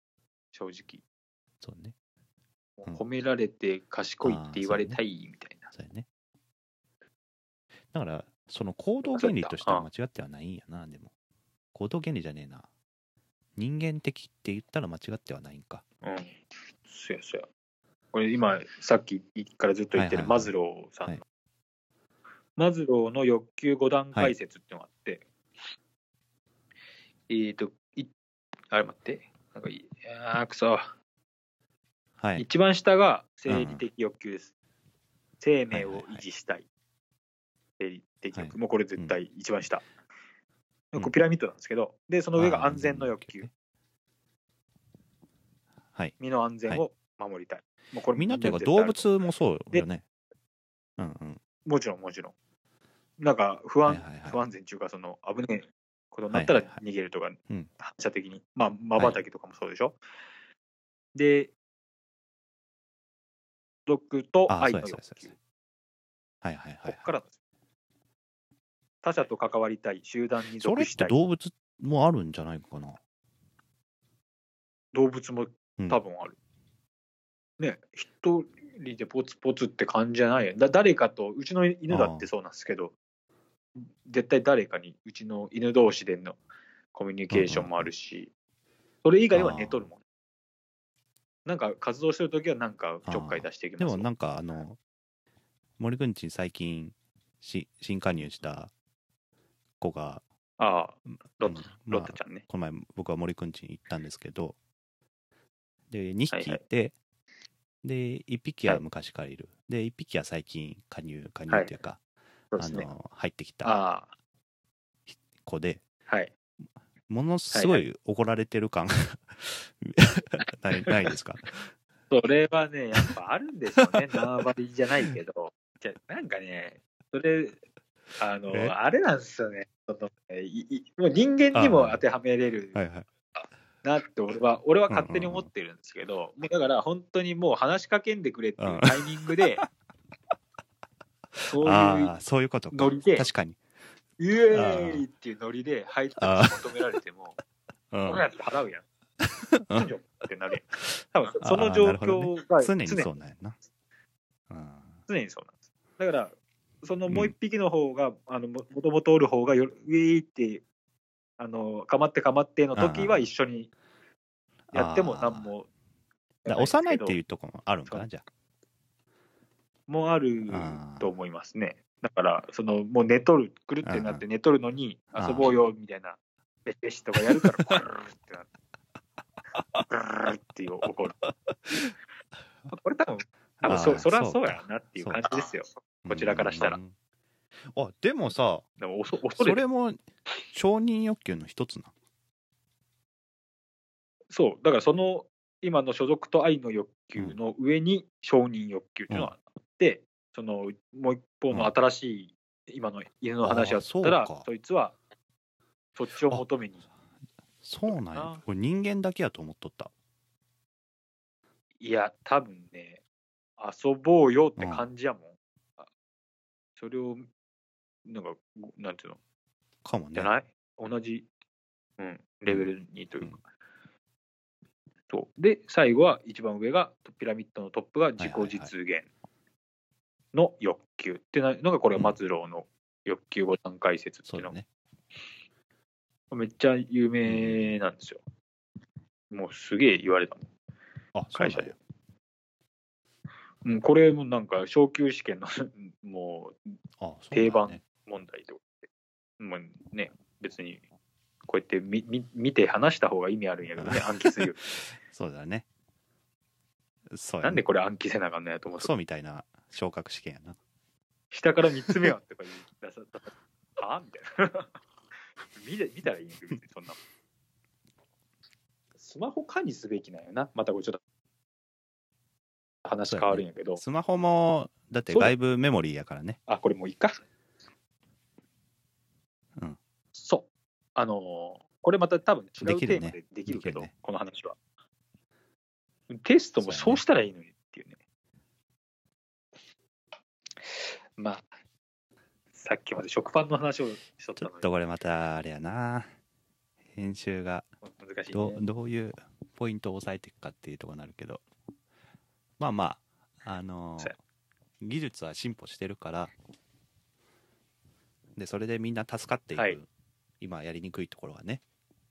S1: 正直
S2: そうね、
S1: うん、褒められて賢いって言われたいみたいな、
S2: そうやね。だから、その行動原理としては間違ってはないんやな、でも。行動原理じゃねえな。人間的って言ったら間違ってはないんか。
S1: うん。そうやそうや。これ今、さっきからずっと言ってるマズローさんの、はいはいはい、マズローの欲求ご段階説っていうのがあって、はい、えっ、ー、と、い、あれ待って、なんかいい、あーくそ。はい。一番下が生理的欲求です。うん、生命を維持したい。生理的欲求。はい、もうこれ絶対一番下。うん、ピラミッドなんですけど、で、その上が安全の欲求。はい。身の安全を守りたい。はい、
S2: もうこれみんなというか動物もそうよね。うんうん。
S1: もちろんもちろん。なんか不安、はいはいはい、不安全っていうか、その危ねえことになったら逃げるとか、はいはいはい、反射的に。まあ、まばたきとかもそうでしょ。はい、で、毒と愛の欲求。
S2: はいはいはい。
S1: こっからなんですよ。他者と関わりたい、集団に属したい。
S2: それって動物もあるんじゃないかな。
S1: 動物も多分ある。うん、ね、一人でポツポツって感じじゃないよ。だ誰かと、うちの犬だってそうなんですけど、絶対誰かに、うちの犬同士でのコミュニケーションもあるし、うんうん、それ以外は寝とるもん。なんか活動してるときはなんかちょっかい出していきます。
S2: でもなんかあの、森くんちに最近し新加入した子が、
S1: ああ、ロッ、うん、ロッタちゃんね。
S2: この前僕は森くんちに行ったんですけど、で、にひきいて、はいはい、で、いっぴきは昔からいる。はい、で、いっぴきは最近加入、加入っていうか、はい、あの、ね、入ってきた子で、
S1: はい、
S2: ものすごい怒られてる感がない、ないですか？
S1: それはね、やっぱあるんでしょうね。縄張りじゃないけど。じゃなんかね、それ、あの、あれなんですよね。そのいいもう人間にも当てはめれるなって俺は、俺は勝手に思ってるんですけど、うんうんうん、もうだから本当にもう話しかけんでくれっていうタイミングで、
S2: そういうそういうことか。
S1: ノリで、
S2: 確かに。
S1: イエーイっていうノリで入って求められても、俺やって払うやん。ってなるやん。多分その状況が、
S2: ね、常にそうなんやな。
S1: 常にそうなんです。だから、そのもう一匹の方が、うん、あのもともとおる方がよ、ウィーって、あの、かまってかまっての時は一緒にやっても何も。
S2: 幼いっていうところもあるんかな、じゃあ。
S1: もあると思いますね。だから、その、もう寝とる、くるってなって寝とるのに、遊ぼうよ、みたいな、べしべしとかやるから、ブルーってなって、ブルーって怒る。これ多分、多分そ、そりゃそうやなっていう感じですよ。こちらからしたら。
S2: あ、でもさ、
S1: でも恐れ
S2: それも承認欲求の一つな。
S1: そう、だからその、今の所属と愛の欲求の上に承認欲求っていうのがあって、うん、そのもう一方の新しい今の犬の話だったら、そ, そいつはそっちを求めに。
S2: そうなんや。これ人間だけやと思っとった。
S1: いや、多分ね、遊ぼうよって感じやもん。うん、それを、なんか、なんていうの
S2: かもね。
S1: じゃない同じ、うん、レベルにというか。うんで、最後は一番上がピラミッドのトップが自己実現の欲求っていうのが、これはマズローの欲求ご段階説っていうの、うんね、めっちゃ有名なんですよ。もうすげえ言われたもん。
S2: あ、
S1: 会社で。うん、これもなんか昇級試験のもう定番問題で、もうね、別にこうやってみみ見て話した方が意味あるんやけどね、暗記するよ。
S2: そうだね。そうやね。
S1: なんでこれ暗記せなあかんのやと思って。
S2: そうみたいな昇格試験やな。
S1: 下からみっつめはとか言う出さはみたいな。見て見たらいいんですよ、そんな。スマホ化にすべきなんよな。またこれちょっと話変わるんやけど。
S2: ね、スマホもだって外部メモリーやからね。
S1: あ、これもういいか。
S2: うん。
S1: そう。あのー、これまた多分違うテーマでできるけど、ねね、この話は。テストもそうしたらいいのにっていうね。まあ、さっきまで食パンの話をしとったのに。
S2: ちょっとこれまたあれやな。編集が難しい、ね、ど, どういうポイントを押さえていくかっていうところになるけど。まあまあ、あのー、 技術は進歩してるから、でそれでみんな助かっていく、はい、今やりにくいところはね。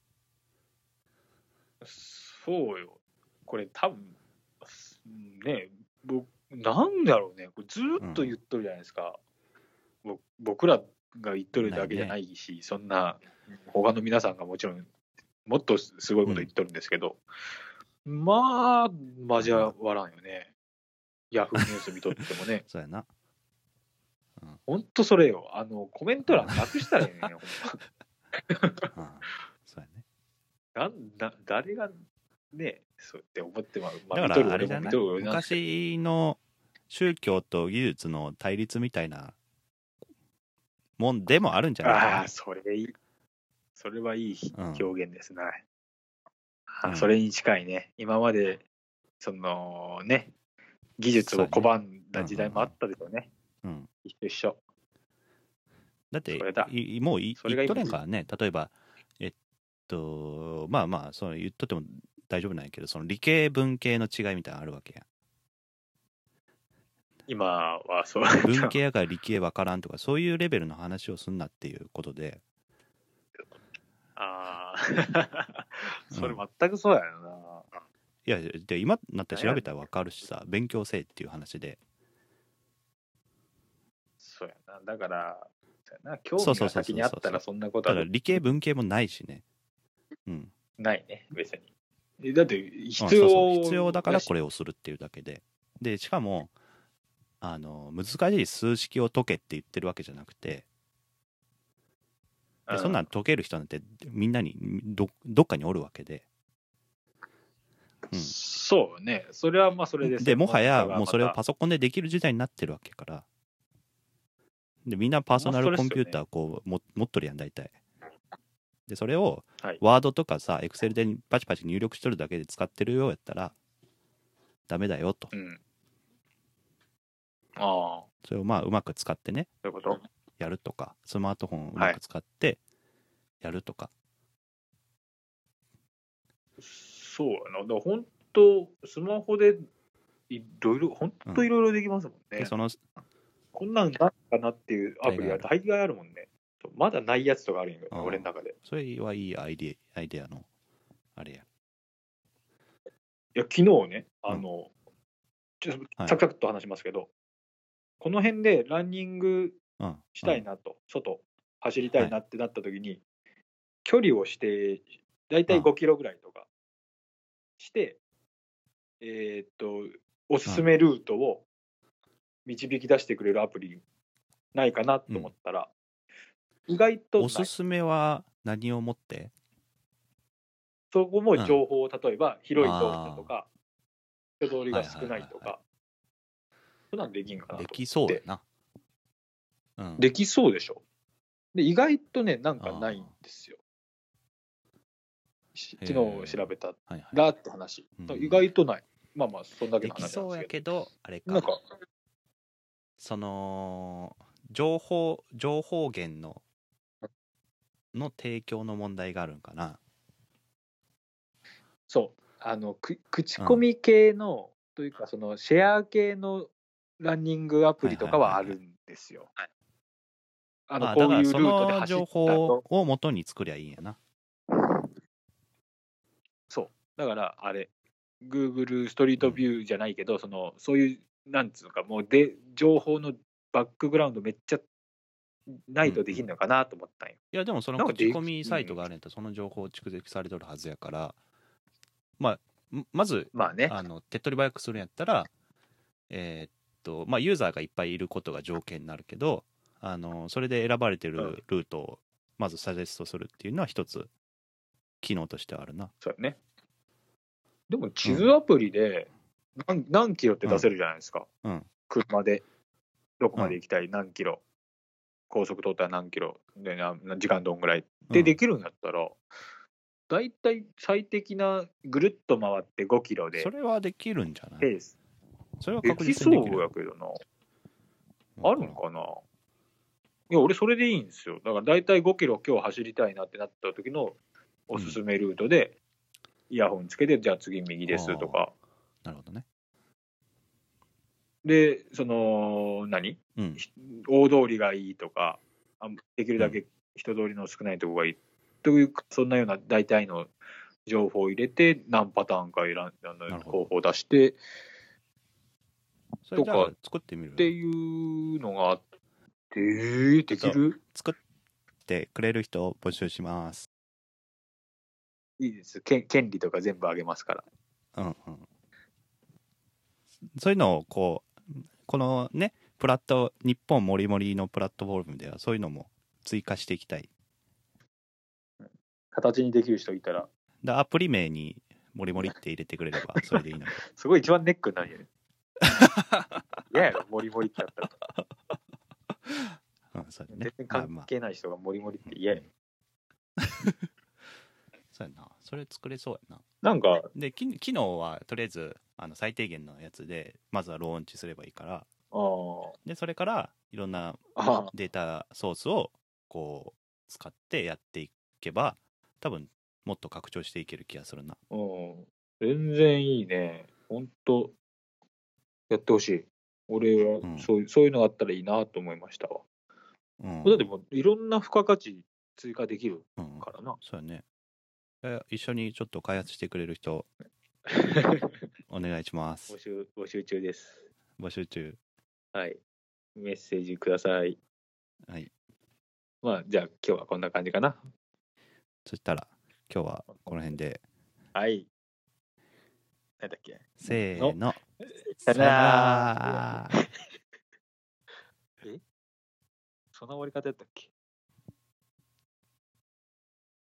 S1: そうよ、これ多分ね、僕なんだろうね、これずっと言っとるじゃないですか、うん、僕らが言っとるだけじゃないし、ね、そんな他の皆さんがもちろんもっとすごいこと言っとるんですけど、うん、まあ交わらんよね、ヤフーニュース見とってもね。
S2: そうやな。
S1: ほんとそれよ、あのコメント欄なくしたらいいね、ほんま。
S2: そうやね。
S1: なんだ誰がね、そうって思ってまう。
S2: だからあれじゃない、昔の宗教と技術の対立みたいなもんでもあるんじゃないかな。
S1: ああ、それいい。それはいい表現ですね。うん、それに近いね。今までそのね、技術を拒んだ時代もあったでしょうね。うん、一緒一緒。
S2: だってだもう言っとれんからね。例えばえっとまあまあそう言っとっても大丈夫なんやけど、その理系文系の違いみたいなのあるわけや。
S1: 今はそう
S2: 文系やから理系わからんとかそういうレベルの話をすんなっていうことで。
S1: ああそれ全くそうやよな、うん、
S2: いやで今なって調べたらわかるしさ、勉強せえっていう話で。
S1: そうやな、だからな、興味が先にあったらそんなことは。
S2: だから理系文系もないしね。うん。
S1: ないね、別に。だって必要、うん、
S2: そうそう必要だからこれをするっていうだけで。でしかもあの難しい数式を解けって言ってるわけじゃなくて、でそんなん解ける人なんてみんなに ど, どっかにおるわけで、
S1: うん、そうね、それはまあそれです。
S2: でもはやもうそれをパソコンでできる時代になってるわけから、でみんなパーソナルコンピューターこう、ね、も持っとるやん大体。でそれをワードとかさエクセルでパチパチ入力しとるだけで使ってるようやったらダメだよと、うん、
S1: ああ
S2: それをまあうまく使ってね、
S1: そういうこと
S2: やるとか、スマートフォンをうまく使ってやるとか、
S1: はい、そうやな、だから本当スマホでいろいろ本当いろいろできますもんね、うん、でそのこんなんなんかなっていうアプリが大概あるもんね。まだないやつとかあるんやけど、ね、俺の中で。
S2: それはいいアイデア、アイデアのあれや。い
S1: や昨日ね、あの、うん、ちょっとサクサクっと話しますけど、はい、この辺でランニングしたいなと、うん、外走りたいなってなった時に、はい、距離をしてだいたいごキロぐらいとかして、うん、えー、っとおすすめルートを導き出してくれるアプリないかなと思ったら、うん、意外とない。
S2: おすすめは何をもって？
S1: そこも情報を、うん、例えば広い道路とか人通りが少ないとか、そんなんできんかなと思って。
S2: できそうやな、
S1: うん、できそうでしょ。で意外とねなんかないんですよ。昨日調べたらって話、はいはい、意外とない。まあまあそんだけの話なんですけど。
S2: できそうやけどあれか、
S1: なんか
S2: その情報情報源のの提供の問題があるんかな。
S1: そうあのく口コミ系の、うん、というかそのシェア系のランニングアプリとかはあるんですよ。
S2: あのこういうルートで走った情報を元に作りゃいいんやな。
S1: そうだからあれ Google ストリートビューじゃないけど、うん、そのそういうなんつうのかもうで情報のバックグラウンドめっちゃないとできんのかなと思ったんよ。
S2: いやでもその口コミサイトがあるんやったらその情報蓄積されとるはずやから、まあまず、
S1: まあね、
S2: あの手っ取り早くするんやったらえー、っとまあユーザーがいっぱいいることが条件になるけど、あのそれで選ばれてるルートをまずサジェストするっていうのは一つ機能としてはあるな。
S1: そうね。でも地図アプリで何、うん、何キロって出せるじゃないですか、
S2: うん、
S1: 車でどこまで行きたい、何キロ、高速通ったら何キロで時間どんぐらいでできるんだったら、だいたい最適なぐるっと回ってごキロで
S2: それはできるんじゃない？
S1: ペース
S2: それは確実にできる。
S1: できそうやけどな。あるのかな。いや俺それでいいんですよ。だからだいたいごキロ今日走りたいなってなった時のおすすめルートで、うん、イヤホンつけてじゃあ次右ですとか。
S2: なるほどね。
S1: で、その、何、うん、大通りがいいとか、できるだけ人通りの少ないところがいい、うん、という、そんなような大体の情報を入れて、何パターンか選んだ候補を出して、
S2: とか作ってみる
S1: っていうのがあって、できる？
S2: 作ってくれる人を募集します。
S1: いいです。権利とか全部あげますから。
S2: うんうん。そういうのをこう、このね、プラット、日本もりもりのプラットフォームではそういうのも追加していきたい。
S1: 形にできる人いたら。
S2: だアプリ名にもりもりって入れてくれればそれでいいの。
S1: すごい一番ネックになるよね。嫌やろ、もりもりってやったら。うん、そうだね。全然関係ない人がもりもりって嫌や。
S2: そうやな。それ作れそうやな。
S1: なんか
S2: で機能はとりあえずあの最低限のやつでまずはローンチすればいいから、
S1: あ
S2: でそれからいろんなデータソースをこう使ってやっていけば多分もっと拡張していける気がするな。
S1: うん、全然いいね。ほんとやってほしい。俺はそういう、うん、そういうのがあったらいいなと思いましたわ。うん、だってもういろんな付加価値追加できるからな。うん、
S2: そうやね。え一緒にちょっと開発してくれる人お願いします。
S1: 募集募集中です。
S2: 募集中。
S1: はい。メッセージください。
S2: はい。
S1: まあじゃあ今日はこんな感じかな。
S2: そしたら今日はこの辺で。
S1: はい。何だっけ。
S2: せーの。
S1: さよなら。え？そんな終わり方やったっけ？